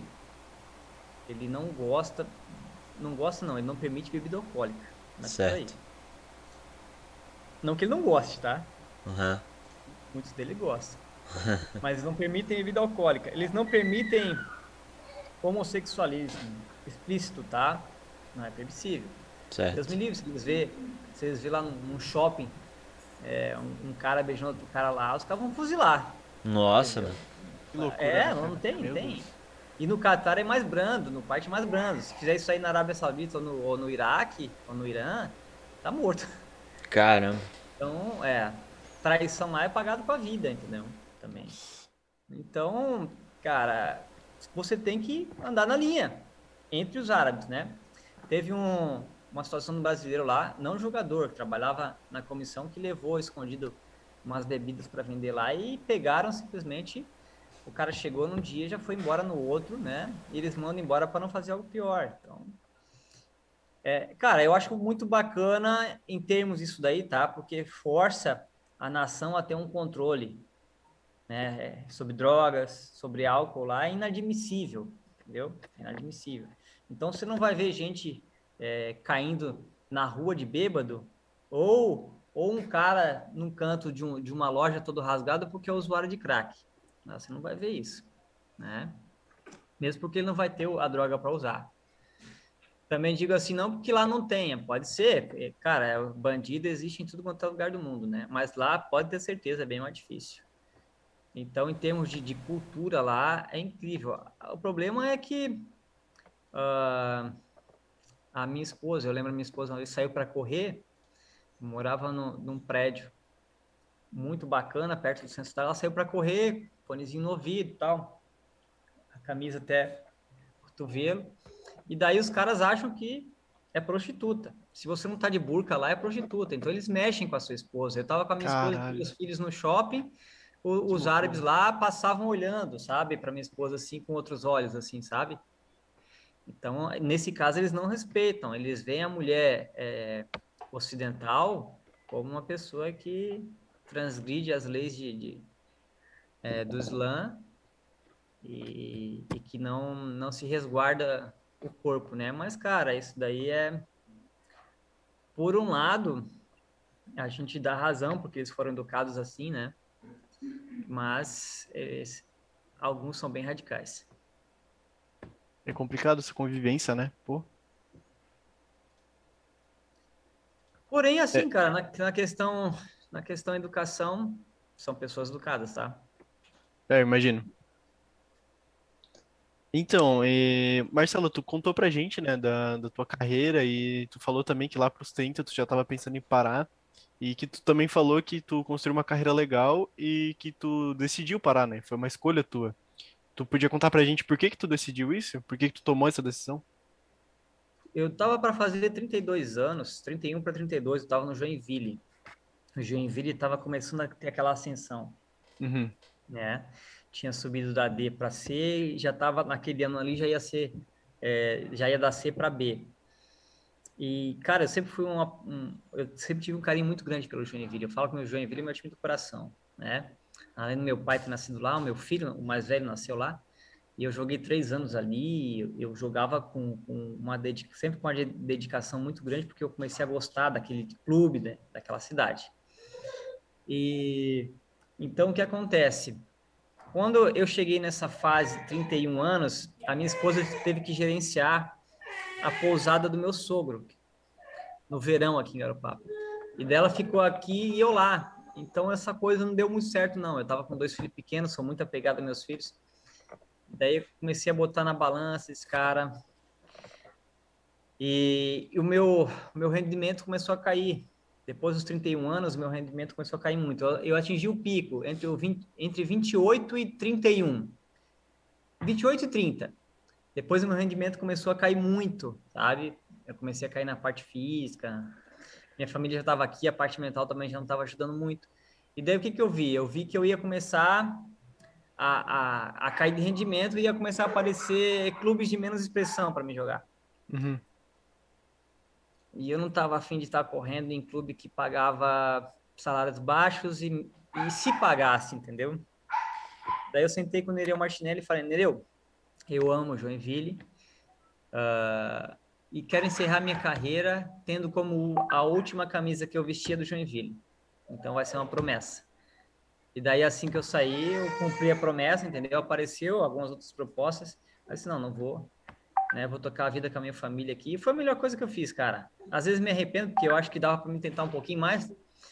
Speaker 4: ele não gosta, ele não permite bebida alcoólica.
Speaker 3: Certo.
Speaker 4: Não que ele não goste, tá?
Speaker 3: Uhum.
Speaker 4: Muitos dele gostam. Mas eles não permitem bebida alcoólica. Eles não permitem homossexualismo explícito, tá? Não é permissível.
Speaker 3: Certo.
Speaker 4: Deus me livre, se eles vê lá num shopping um cara beijando outro cara lá, os caras vão fuzilar.
Speaker 3: Nossa, mano.
Speaker 2: Que loucura.
Speaker 4: Não tem.
Speaker 2: Deus.
Speaker 4: E no Catar é mais brando, no parte mais brando. Se fizer isso aí na Arábia Saudita ou no Iraque, ou no Irã, tá morto.
Speaker 3: Caramba.
Speaker 4: Então, traição lá é pagado com a vida, entendeu? Também. Então, cara, você tem que andar na linha entre os árabes, né? Teve uma situação do brasileiro lá, não jogador, que trabalhava na comissão, que levou escondido umas bebidas para vender lá e pegaram simplesmente. O cara chegou num dia e já foi embora no outro, né? E eles mandam embora para não fazer algo pior. Então, cara, eu acho muito bacana em termos disso daí, tá? Porque força a nação a ter um controle, né? Sobre drogas, sobre álcool lá, é inadmissível, entendeu? É inadmissível. Então, você não vai ver gente caindo na rua de bêbado ou um cara num canto de uma loja todo rasgado porque é usuário de crack. Você não vai ver isso, né? Mesmo porque ele não vai ter a droga para usar. Também digo assim, não porque lá não tenha, pode ser, cara, bandido existe em tudo quanto é lugar do mundo, né? Mas lá pode ter certeza, é bem mais difícil. Então, em termos de cultura lá, é incrível. O problema é que a minha esposa, eu lembro a minha esposa uma vez saiu para correr, morava num prédio muito bacana, perto do centro da cidade, ela saiu para correr, fonezinho no ouvido e tal, a camisa até o cotovelo, e daí os caras acham que é prostituta. Se você não tá de burca lá, é prostituta. Então eles mexem com a sua esposa. Eu tava com a minha esposa e meus filhos no shopping, os árabes lá passavam olhando, sabe, para minha esposa assim, com outros olhos, assim, sabe? Então, nesse caso, eles não respeitam. Eles veem a mulher ocidental como uma pessoa que transgride as leis do Islã e que não se resguarda o corpo, né? Mas, cara, isso daí por um lado, a gente dá razão, porque eles foram educados assim, né? Mas alguns são bem radicais.
Speaker 2: É complicado essa convivência, né? Pô.
Speaker 4: Porém, assim, cara, na questão educação, são pessoas educadas, tá?
Speaker 2: Imagino. Então, Marcelo, tu contou pra gente, né, da tua carreira e tu falou também que lá pros 30 tu já tava pensando em parar e que tu também falou que tu construiu uma carreira legal e que tu decidiu parar, né? Foi uma escolha tua. Tu podia contar pra gente por que que tu decidiu isso? Por que que tu tomou essa decisão?
Speaker 4: Eu tava para fazer 32 anos, 31 para 32, eu tava no Joinville. O Joinville tava começando a ter aquela ascensão,
Speaker 2: Uhum.
Speaker 4: né? Tinha subido da D para C e já tava naquele ano ali já ia da C para B. E, cara, eu sempre eu sempre tive um carinho muito grande pelo Joinville. Eu falo que o meu Joinville é meu time do coração, né? Além do meu pai ter nascido lá, o meu filho, o mais velho, nasceu lá. E eu joguei 3 anos ali. Eu jogava sempre com uma dedicação muito grande, porque eu comecei a gostar daquele clube, né? Daquela cidade. E então, o que acontece? Quando eu cheguei nessa fase, 31 anos, a minha esposa teve que gerenciar a pousada do meu sogro, no verão aqui em Garopaba. E dela ficou aqui e eu lá. Então, essa coisa não deu muito certo, não. Eu estava com 2 filhos pequenos, sou muito apegado aos meus filhos. Daí, eu comecei a botar na balança esse cara. E o meu rendimento começou a cair. Depois dos 31 anos, meu rendimento começou a cair muito. Eu atingi o pico entre 28 e 31. 28 e 30. Depois o meu rendimento começou a cair muito, sabe? Eu comecei a cair na parte física. Minha família já estava aqui, a parte mental também já não estava ajudando muito. E daí o que eu vi? Eu vi que eu ia começar a cair de rendimento e ia começar a aparecer clubes de menos expressão para me jogar.
Speaker 2: Uhum.
Speaker 4: E eu não estava afim de estar correndo em clube que pagava salários baixos e se pagasse, entendeu? Daí eu sentei com o Nereu Martinelli e falei, Nereu, eu amo Joinville e quero encerrar minha carreira tendo como a última camisa que eu vestia do Joinville. Então vai ser uma promessa. E daí assim que eu saí, eu cumpri a promessa, entendeu? Apareceu algumas outras propostas. Eu disse, não vou. Né? Vou tocar a vida com a minha família aqui. E foi a melhor coisa que eu fiz, cara. Às vezes me arrependo, porque eu acho que dava para me tentar um pouquinho mais.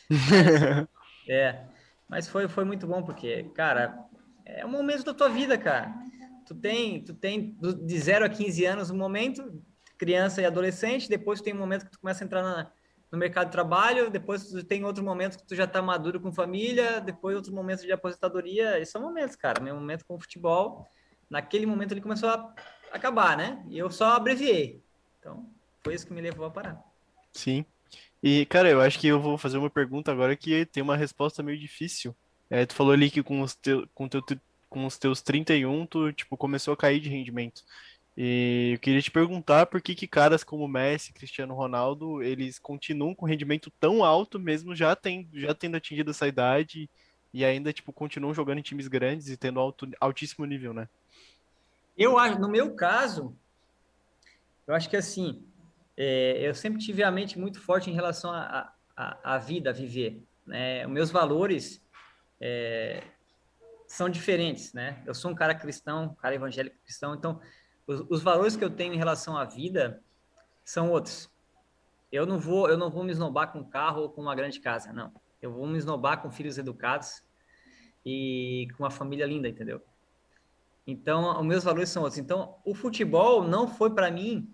Speaker 4: Mas foi muito bom, porque, cara, é um momento da tua vida, cara. Tu tem de 0 a 15 anos um momento, criança e adolescente, depois tu tem um momento que tu começa a entrar no mercado de trabalho, depois tu tem outro momento que tu já tá maduro com família, depois outro momento de aposentadoria. Esses são momentos, cara. Meu momento com o futebol, naquele momento ele começou a acabar, né? E eu só abreviei. Então, foi isso que me levou a parar.
Speaker 2: Sim. E, cara, eu acho que eu vou fazer uma pergunta agora que tem uma resposta meio difícil. Tu falou ali que com os teus 31, tu, tipo, começou a cair de rendimento. E eu queria te perguntar por que que caras como Messi, Cristiano Ronaldo, eles continuam com rendimento tão alto mesmo já tendo atingido essa idade e ainda, tipo, continuam jogando em times grandes e tendo altíssimo nível, né?
Speaker 4: Eu acho, no meu caso, eu acho que assim, eu sempre tive a mente muito forte em relação à vida, a viver, né? Os meus valores são diferentes, né? Eu sou um cara cristão, um cara evangélico cristão, então os valores que eu tenho em relação à vida são outros. Eu não vou me esnobar com um carro ou com uma grande casa, não. Eu vou me esnobar com filhos educados e com uma família linda, entendeu? Então, os meus valores são outros. Então, o futebol não foi para mim,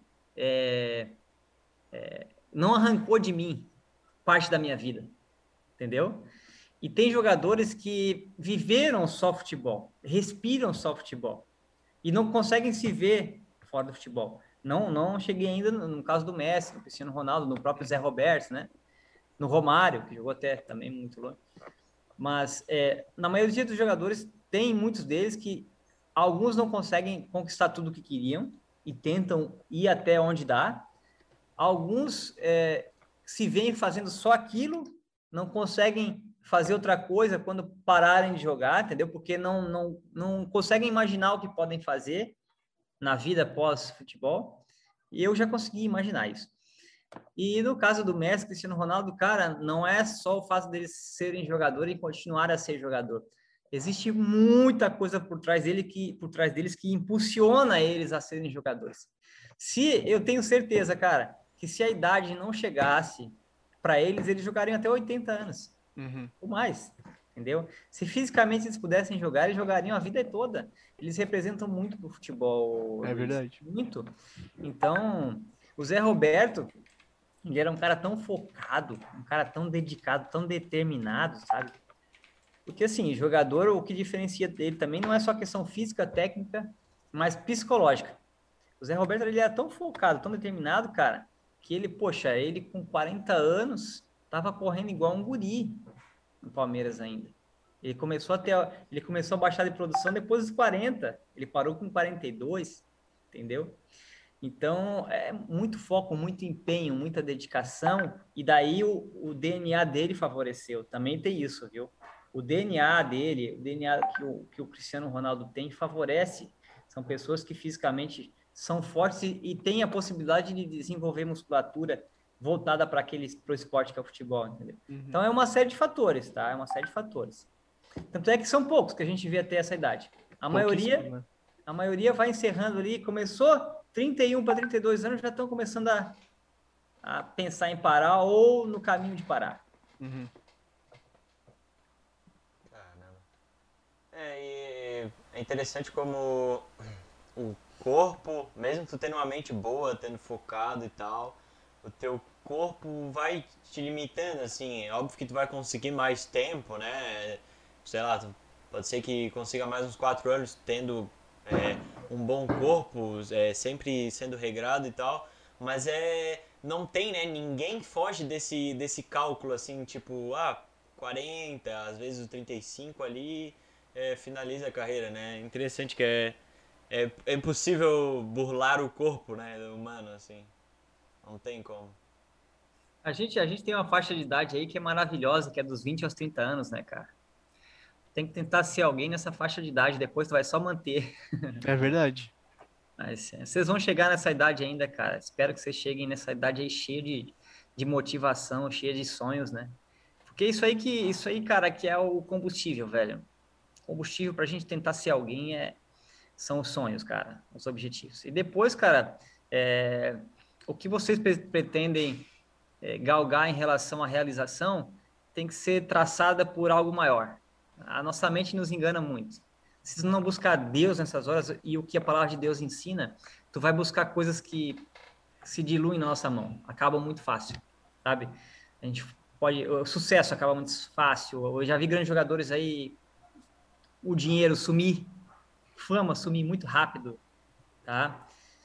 Speaker 4: não arrancou de mim parte da minha vida, entendeu? E tem jogadores que viveram só futebol, respiram só futebol e não conseguem se ver fora do futebol. Não cheguei ainda no caso do Messi, do Cristiano Ronaldo, no próprio Zé Roberto, né? No Romário, que jogou até também muito longe. Mas na maioria dos jogadores, tem muitos deles que alguns não conseguem conquistar tudo o que queriam e tentam ir até onde dá. Alguns se veem fazendo só aquilo, não conseguem fazer outra coisa quando pararem de jogar, entendeu? Porque não conseguem imaginar o que podem fazer na vida pós-futebol. E eu já consegui imaginar isso. E no caso do Messi, Cristiano Ronaldo, cara, não é só o fato deles serem jogadores e continuar a ser jogador. Existe muita coisa por trás deles que impulsiona eles a serem jogadores. Se eu tenho certeza, cara, que se a idade não chegasse para eles jogariam até 80 anos. Ou mais, entendeu? Se fisicamente eles pudessem jogar, eles jogariam a vida toda. Eles representam muito pro futebol.
Speaker 2: É verdade.
Speaker 4: Muito. Então, o Zé Roberto, ele era um cara tão focado, um cara tão dedicado, tão determinado, sabe? Porque, assim, jogador, o que diferencia dele também não é só questão física, técnica, mas psicológica. O Zé Roberto, ele era tão focado, tão determinado, cara, que ele, poxa, ele com 40 anos, tava correndo igual um guri no Palmeiras ainda. Ele começou a baixar de produção depois dos 40. Ele parou com 42, entendeu? Então, é muito foco, muito empenho, muita dedicação, e daí o DNA dele favoreceu. Também tem isso, viu? O DNA dele, o DNA que o Cristiano Ronaldo tem, favorece. São pessoas que fisicamente são fortes e têm a possibilidade de desenvolver musculatura voltada para o esporte que é o futebol, entendeu? Então, é uma série de fatores, tá? É uma série de fatores. Tanto é que são poucos que a gente vê até essa idade. A maioria vai encerrando ali, começou 31 para 32 anos, já estão começando a pensar em parar ou no caminho de parar.
Speaker 3: Caramba. E é interessante como o corpo, mesmo tu tendo uma mente boa, tendo focado e tal, o teu corpo vai te limitando, assim. É óbvio que tu vai conseguir mais tempo, né? Sei lá, pode ser que consiga mais uns 4 anos tendo um bom corpo, sempre sendo regrado e tal, mas não tem, né? Ninguém foge desse cálculo, assim, tipo, 40, às vezes o 35 ali, finaliza a carreira, né? Interessante que é impossível burlar o corpo, né, do humano, assim. Não tem como.
Speaker 4: A gente tem uma faixa de idade aí que é maravilhosa, que é dos 20 aos 30 anos, né, cara? Tem que tentar ser alguém nessa faixa de idade, depois tu vai só manter.
Speaker 2: É verdade.
Speaker 4: Mas vocês vão chegar nessa idade ainda, cara. Espero que vocês cheguem nessa idade aí cheia de motivação, cheia de sonhos, né? Porque isso aí, cara, que é o combustível, velho. O combustível pra gente tentar ser alguém são os sonhos, cara, os objetivos. E depois, cara, o que vocês pretendem galgar em relação à realização tem que ser traçada por algo maior. A nossa mente nos engana muito. Se tu não buscar Deus nessas horas e o que a palavra de Deus ensina, tu vai buscar coisas que se diluem na nossa mão. Acabam muito fácil, sabe? O sucesso acaba muito fácil. Eu já vi grandes jogadores aí, o dinheiro sumir, fama sumir muito rápido, tá?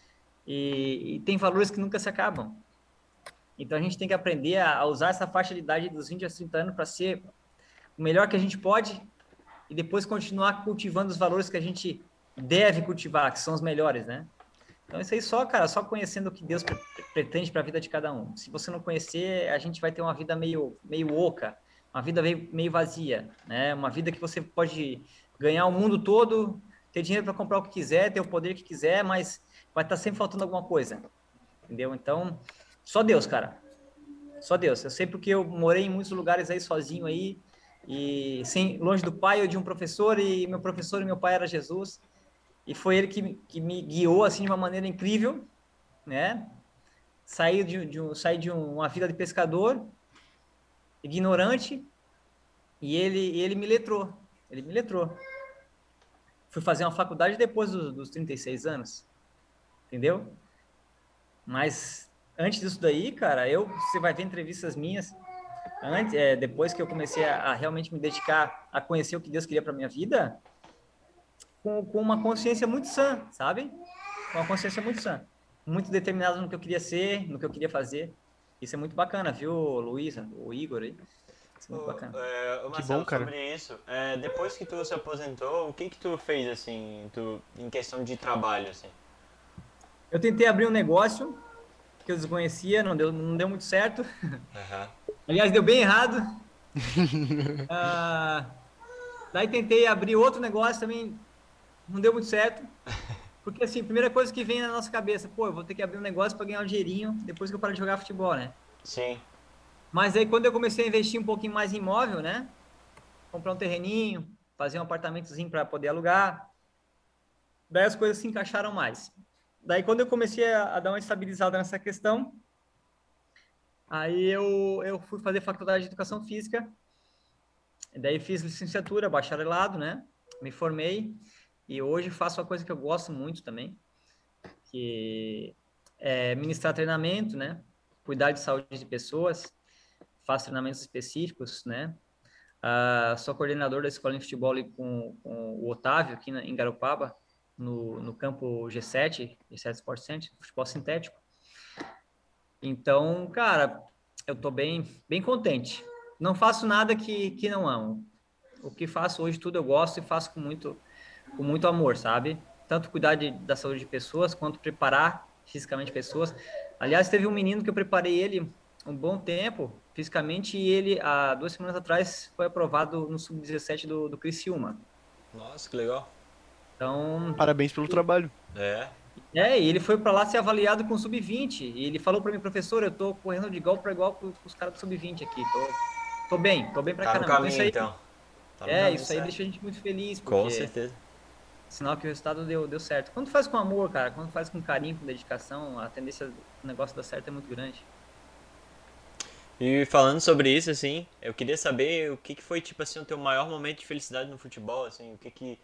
Speaker 4: E tem valores que nunca se acabam. Então a gente tem que aprender a usar essa faixa de idade dos 20 a 30 anos para ser o melhor que a gente pode e depois continuar cultivando os valores que a gente deve cultivar, que são os melhores, né? Então isso aí só conhecendo o que Deus pretende para a vida de cada um. Se você não conhecer, a gente vai ter uma vida meio oca, uma vida meio vazia, né? Uma vida que você pode ganhar o mundo todo, ter dinheiro para comprar o que quiser, ter o poder que quiser, mas vai estar sempre faltando alguma coisa, entendeu? Então, só Deus, cara. Só Deus. Eu sei porque eu morei em muitos lugares aí sozinho aí, e longe do pai ou de um professor, e meu professor e meu pai era Jesus, e foi ele que me guiou assim de uma maneira incrível, né? Saí de uma vida de pescador, ignorante, e ele me letrou. Ele me letrou. Fui fazer uma faculdade depois dos 36 anos, entendeu? Mas antes disso daí, cara, você vai ver entrevistas minhas, depois que eu comecei a realmente me dedicar a conhecer o que Deus queria para minha vida, com uma consciência muito sã, sabe? Com uma consciência muito sã. Muito determinado no que eu queria ser, no que eu queria fazer. Isso é muito bacana, viu, Luísa, o Igor aí? Isso é muito bacana.
Speaker 3: Marcelo, que bom, cara. Sobre isso, depois que tu se aposentou, o que tu fez, assim, em questão de trabalho, assim?
Speaker 4: Eu tentei abrir um negócio que eu desconhecia, não deu muito certo.
Speaker 3: Uhum.
Speaker 4: Aliás, deu bem errado. Daí tentei abrir outro negócio também, não deu muito certo. Porque, assim, a primeira coisa que vem na nossa cabeça, pô, eu vou ter que abrir um negócio para ganhar um dinheirinho depois que eu paro de jogar futebol, né?
Speaker 3: Sim.
Speaker 4: Mas aí, quando eu comecei a investir um pouquinho mais em imóvel, né? Comprar um terreninho, fazer um apartamentozinho para poder alugar, daí as coisas se encaixaram mais. Daí, quando eu comecei a dar uma estabilizada nessa questão, aí eu fui fazer faculdade de Educação Física, daí fiz licenciatura, bacharelado, né? Me formei e hoje faço uma coisa que eu gosto muito também, que é ministrar treinamento, né? Cuidar de saúde de pessoas, faço treinamentos específicos, né? Sou coordenador da escola de futebol ali com o Otávio, aqui em Garopaba, no campo G7 Sport Center, futebol sintético. Então, cara, eu tô bem contente. Não faço nada que não amo. O que faço hoje, tudo eu gosto e faço com muito amor, sabe? Tanto cuidar da saúde de pessoas, quanto preparar fisicamente pessoas. Aliás, teve um menino que eu preparei ele um bom tempo, fisicamente, e ele, há 2 semanas atrás, foi aprovado no Sub-17 do Criciúma.
Speaker 3: Nossa, que legal.
Speaker 4: Então,
Speaker 2: Parabéns pelo trabalho.
Speaker 4: e ele foi para lá ser avaliado com Sub-20, e ele falou para mim, professor, eu tô correndo de igual para igual com os caras do Sub-20 aqui, tô bem pra
Speaker 3: Tá no
Speaker 4: caramba.
Speaker 3: caminho,
Speaker 4: Isso aí,
Speaker 3: então. Tá no caminho,
Speaker 4: isso aí
Speaker 3: certo.
Speaker 4: deixa a gente muito feliz,
Speaker 3: Com
Speaker 4: porque
Speaker 3: certeza.
Speaker 4: sinal que o resultado deu certo. Quando faz com amor, cara, quando faz com carinho, com dedicação, a tendência do negócio dar certo é muito grande.
Speaker 3: E falando sobre isso, assim, eu queria saber o que foi, tipo assim, o teu maior momento de felicidade no futebol, assim, o que te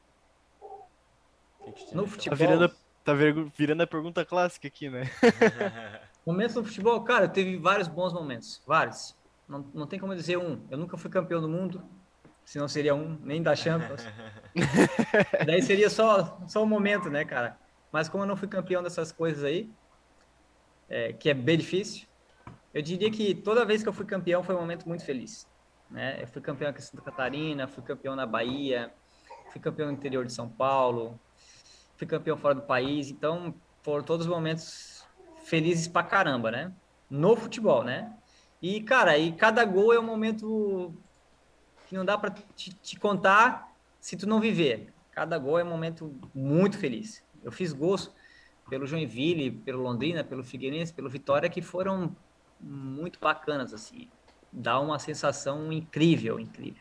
Speaker 4: No
Speaker 3: deixou?
Speaker 4: futebol,
Speaker 2: Virando a pergunta clássica aqui, né?
Speaker 4: momentos no futebol, cara, teve vários bons momentos, vários. Não tem como dizer um. Eu nunca fui campeão do mundo, senão seria um, nem da Champions. Daí seria só um momento, né, cara? Mas como eu não fui campeão dessas coisas aí, que é bem difícil, eu diria que toda vez que eu fui campeão foi um momento muito feliz, né? Eu fui campeão aqui em Santa Catarina, fui campeão na Bahia, fui campeão no interior de São Paulo, fui campeão fora do país, então foram todos momentos felizes pra caramba, né? No futebol, né? E, cara, cada gol é um momento que não dá pra te contar se tu não viver. Cada gol é um momento muito feliz. Eu fiz gols pelo Joinville, pelo Londrina, pelo Figueirense, pelo Vitória, que foram muito bacanas, assim. Dá uma sensação incrível.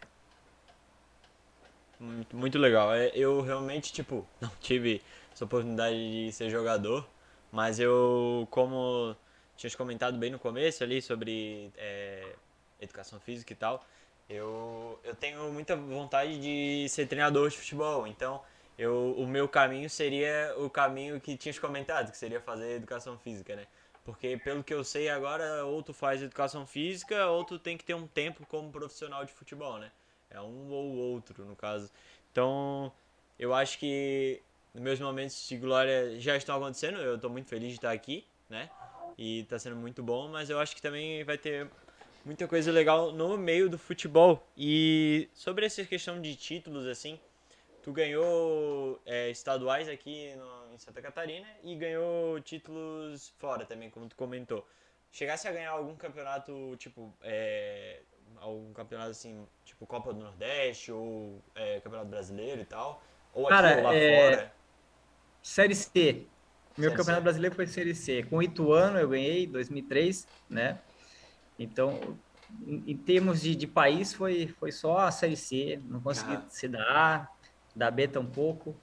Speaker 3: Muito, muito legal. Eu realmente, tipo, não tive essa oportunidade de ser jogador, mas eu, como tinha comentado bem no começo ali sobre educação física e tal, eu tenho muita vontade de ser treinador de futebol, então o meu caminho seria o caminho que tinhas comentado, que seria fazer educação física, né? Porque pelo que eu sei agora, ou tu faz educação física, ou tu tem que ter um tempo como profissional de futebol, né? É um ou outro, no caso. Então, eu acho que meus momentos de glória já estão acontecendo. Eu estou muito feliz de estar aqui, né? E está sendo muito bom, mas eu acho que também vai ter muita coisa legal no meio do futebol. E sobre essa questão de títulos, assim, tu ganhou estaduais aqui em Santa Catarina e ganhou títulos fora também, como tu comentou. Chegasse a ganhar algum campeonato, tipo, algum campeonato assim, tipo Copa do Nordeste ou Campeonato Brasileiro e tal? Ou aqui
Speaker 4: Cara,
Speaker 3: ou lá fora?
Speaker 4: Série C. Meu
Speaker 3: Série
Speaker 4: campeonato
Speaker 3: C.
Speaker 4: brasileiro foi Série C. Com o Ituano eu ganhei, 2003, né? Então, em termos de país, foi só a Série C. Não consegui ser da B tampouco.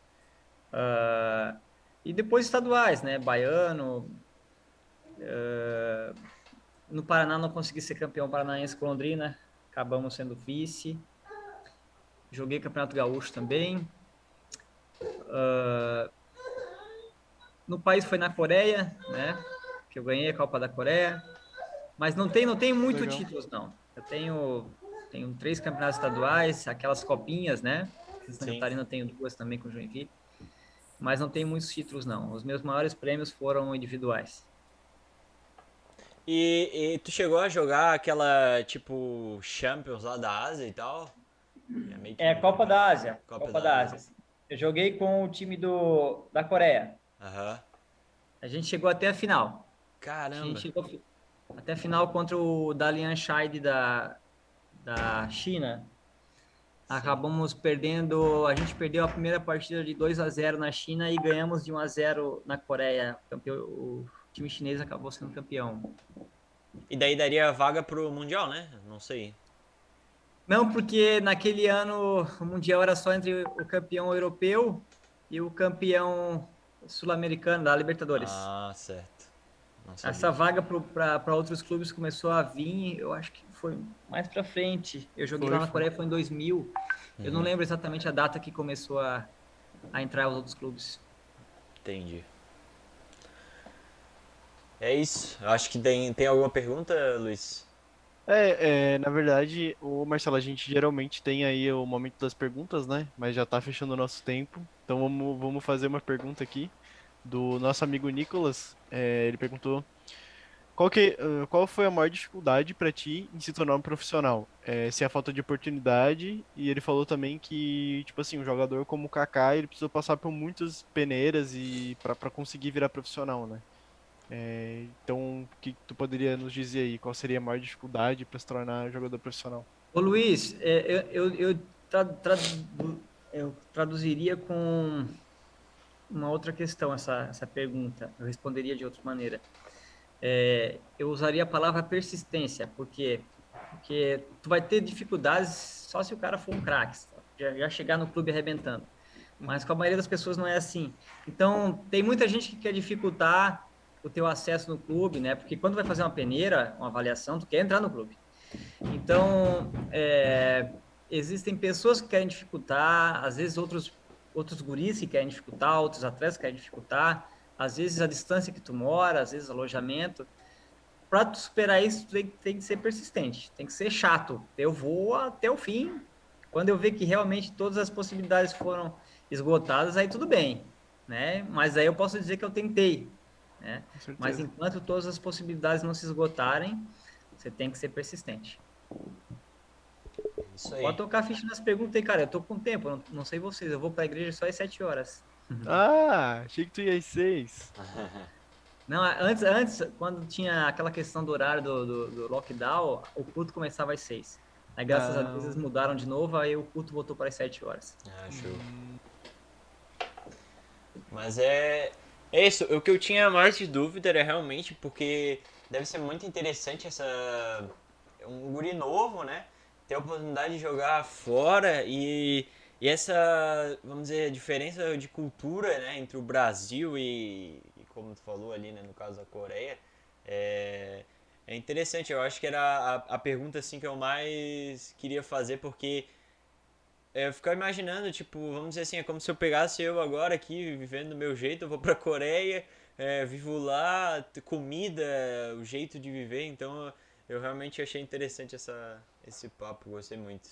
Speaker 4: E depois estaduais, né? Baiano. No Paraná não consegui ser campeão paranaense com Londrina. Acabamos sendo vice. Joguei Campeonato Gaúcho também. No país foi na Coreia, né? Que eu ganhei a Copa da Coreia. Mas não tem muito
Speaker 2: Legal.
Speaker 4: títulos, não. Eu tenho 3 campeonatos estaduais, aquelas copinhas, né? Em Santa
Speaker 3: Sim.
Speaker 4: Catarina eu tenho 2 também com o Joinville. Mas não tem muitos títulos, não. Os meus maiores prêmios foram individuais.
Speaker 3: E tu chegou a jogar aquela, tipo, Champions lá da Ásia e tal? Meio que
Speaker 4: Copa da Ásia.
Speaker 3: Copa da
Speaker 4: Ásia. Eu joguei com o time da Coreia.
Speaker 3: Aham.
Speaker 4: A gente chegou até a final. A
Speaker 3: Caramba.
Speaker 4: gente chegou até a final contra o Dalian Shide da China. Acabamos perdendo, a gente perdeu a primeira partida de 2-0 na China e ganhamos de 1-0 na Coreia. O time chinês acabou sendo campeão.
Speaker 3: E daí daria vaga pro Mundial, né? Não sei.
Speaker 4: Não, porque naquele ano o Mundial era só entre o campeão europeu e o campeão sul-americano da Libertadores.
Speaker 3: Ah, certo. Não sabia.
Speaker 4: Essa vaga para outros clubes começou a vir, eu acho que foi mais para frente. Eu joguei lá na Coreia, foi em 2000. Eu não lembro exatamente a data que começou a entrar os outros clubes.
Speaker 3: Entendi. É isso. Acho que tem alguma pergunta, Luiz?
Speaker 2: Na verdade, o Marcelo, a gente geralmente tem aí o momento das perguntas, né? Mas já tá fechando o nosso tempo. Então vamos fazer uma pergunta aqui do nosso amigo Nicolas. Ele perguntou qual foi a maior dificuldade pra ti em se tornar um profissional? Se é a falta de oportunidade, e ele falou também que, tipo assim, um jogador como o Kaká, ele precisou passar por muitas peneiras e para conseguir virar profissional, né? Então, o que tu poderia nos dizer aí? Qual seria a maior dificuldade para se tornar jogador profissional?
Speaker 4: Ô Luiz, eu traduziria com uma outra questão essa pergunta. Eu responderia de outra maneira. Eu usaria a palavra persistência, porque tu vai ter dificuldades só se o cara for um craque, já chegar no clube arrebentando. Mas com a maioria das pessoas não é assim. Então, tem muita gente que quer dificultar o teu acesso no clube, né? Porque quando vai fazer uma peneira, uma avaliação, tu quer entrar no clube. Então, existem pessoas que querem dificultar, às vezes outros guris que querem dificultar, outros atletas que querem dificultar, às vezes a distância que tu mora, às vezes alojamento. Para tu superar isso, tu tem que ser persistente, tem que ser chato. Eu vou até o fim. Quando eu ver que realmente todas as possibilidades foram esgotadas, aí tudo bem, né? Mas aí eu posso dizer que eu tentei, né? Mas enquanto todas as possibilidades não se esgotarem, você tem que ser persistente.
Speaker 3: Isso aí.
Speaker 4: Pode tocar a ficha nas perguntas aí, cara. Eu tô com tempo, não sei vocês. Eu vou pra igreja só às 7 horas.
Speaker 2: Ah, achei que tu ia às 6.
Speaker 4: Não, antes, quando tinha aquela questão do horário do lockdown, o culto começava às 6. Aí, graças a Deus, eles mudaram de novo, aí o culto voltou para as 7 horas.
Speaker 3: Ah, show. Mas é isso. O que eu tinha mais de dúvida era realmente porque deve ser muito interessante um guri novo, né? Ter a oportunidade de jogar fora e essa, vamos dizer, diferença de cultura, né, entre o Brasil e como tu falou ali, né, no caso da Coreia, é interessante. Eu acho que era a pergunta assim que eu mais queria fazer, porque eu ficava imaginando, tipo, vamos dizer assim, é como se eu pegasse eu agora aqui, vivendo do meu jeito, eu vou pra Coreia, vivo lá, comida, o jeito de viver, então eu realmente achei interessante esse papo, gostei muito.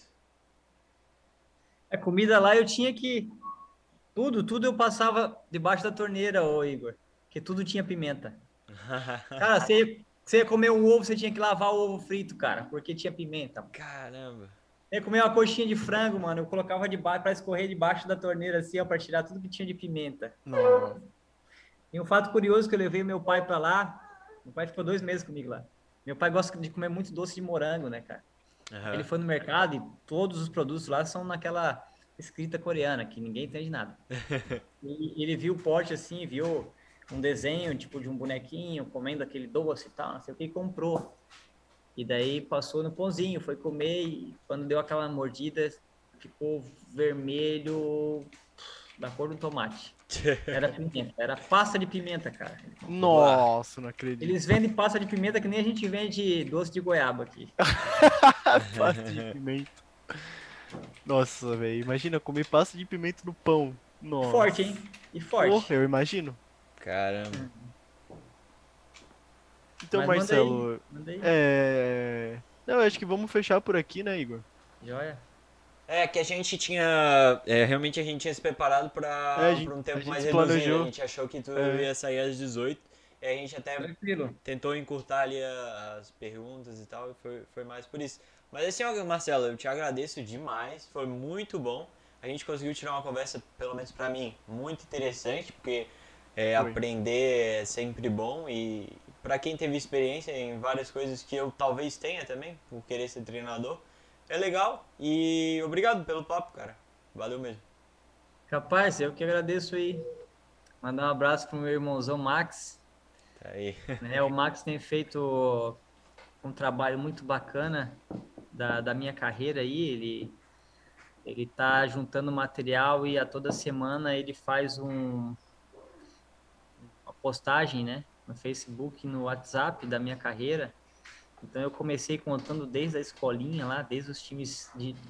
Speaker 4: A comida lá eu tinha que... Tudo eu passava debaixo da torneira, ô Igor, porque tudo tinha pimenta. Cara, você ia comer um ovo, você tinha que lavar o ovo frito, cara, porque tinha pimenta.
Speaker 3: Caramba!
Speaker 4: Eu ia comer uma coxinha de frango, mano, eu colocava debaixo para escorrer debaixo da torneira, assim, ó, para tirar tudo que tinha de pimenta.
Speaker 2: Nossa.
Speaker 4: E um fato curioso que eu levei meu pai para lá, meu pai ficou 2 meses comigo lá. Meu pai gosta de comer muito doce de morango, né, cara?
Speaker 3: Uhum.
Speaker 4: Ele foi no mercado e todos os produtos lá são naquela escrita coreana, que ninguém entende nada. E ele viu o pote assim, viu um desenho, tipo, de um bonequinho comendo aquele doce e tal, não sei o que, e comprou. E daí passou no pãozinho, foi comer e quando deu aquela mordida, ficou vermelho da cor do tomate. Era pimenta, era pasta de pimenta, cara.
Speaker 2: Nossa, não acredito.
Speaker 4: Eles vendem pasta de pimenta que nem a gente vende doce de goiaba aqui.
Speaker 2: Pasta de pimenta. Nossa, velho. Imagina comer pasta de pimenta no pão. Nossa.
Speaker 4: Forte, hein? E forte.
Speaker 2: Porra, eu imagino.
Speaker 3: Caramba.
Speaker 2: Então,
Speaker 4: Mas
Speaker 2: Marcelo,
Speaker 4: manda aí.
Speaker 2: Não, eu acho que vamos fechar por aqui, né, Igor?
Speaker 4: Joia.
Speaker 3: Que a gente tinha. Realmente a gente tinha se preparado pra um tempo mais reduzido.
Speaker 2: planejou.
Speaker 3: A gente achou que tu ia sair às 18. E a gente até
Speaker 4: Tranquilo.
Speaker 3: tentou encurtar ali as perguntas e tal. E foi mais por isso. Mas assim, ó, Marcelo, eu te agradeço demais. Foi muito bom. A gente conseguiu tirar uma conversa, pelo menos pra mim, muito interessante. Porque aprender é sempre bom. E pra quem teve experiência em várias coisas que eu talvez tenha também, por querer ser treinador. é legal. E obrigado pelo papo, cara. Valeu mesmo.
Speaker 4: Capaz, eu que agradeço aí. Mandar um abraço pro meu irmãozão Max.
Speaker 3: Tá aí.
Speaker 4: Né? O Max tem feito um trabalho muito bacana da minha carreira aí. Ele tá juntando material e a toda semana ele faz uma postagem, né? No Facebook, no WhatsApp da minha carreira. Então eu comecei contando desde a escolinha lá, desde os times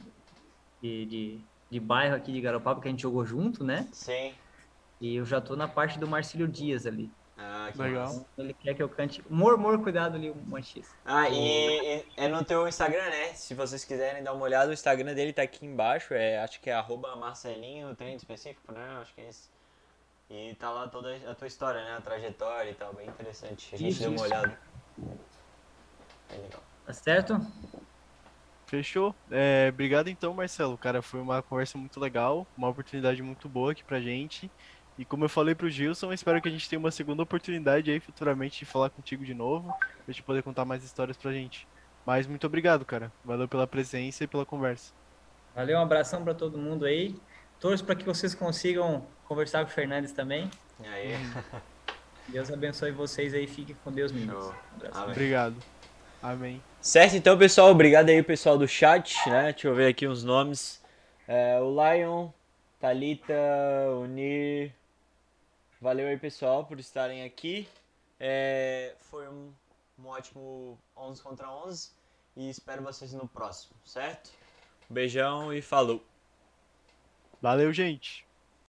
Speaker 4: de bairro aqui de Garopaba que a gente jogou junto, né?
Speaker 3: Sim.
Speaker 4: E eu já tô na parte do Marcílio Dias ali.
Speaker 3: Ah, que
Speaker 2: Legal.
Speaker 3: massa.
Speaker 4: Ele quer que eu cante Mor, cuidado ali, o machista.
Speaker 3: Ah, e é no teu Instagram, né? Se vocês quiserem dar uma olhada, o Instagram dele tá aqui embaixo. Acho que é @Marcelinho, treino específico, né? Acho que é esse. E tá lá toda a tua história, né? A trajetória e tal, bem interessante. A gente deu uma olhada. É legal.
Speaker 4: Tá certo?
Speaker 2: Fechou? Obrigado então, Marcelo. Cara, foi uma conversa muito legal, uma oportunidade muito boa aqui pra gente. E como eu falei pro Gilson, espero que a gente tenha uma segunda oportunidade aí futuramente de falar contigo de novo, pra gente poder contar mais histórias pra gente. Mas muito obrigado, cara. Valeu pela presença e pela conversa.
Speaker 4: Valeu, um abração para todo mundo aí. Torço para que vocês consigam conversar com o Fernandes também.
Speaker 3: E aí?
Speaker 4: Deus abençoe vocês aí. Fiquem com Deus, meninos.
Speaker 3: Show.
Speaker 4: Um abraço.
Speaker 3: Amém.
Speaker 2: Obrigado. Amém.
Speaker 3: Certo, então, pessoal, obrigado aí, pessoal do chat, né? Deixa eu ver aqui uns nomes. O Lion, Thalita, o Nir. Valeu aí, pessoal, por estarem aqui. Foi um ótimo 11 contra 11 e espero vocês no próximo, certo? Beijão e falou!
Speaker 2: Valeu, gente.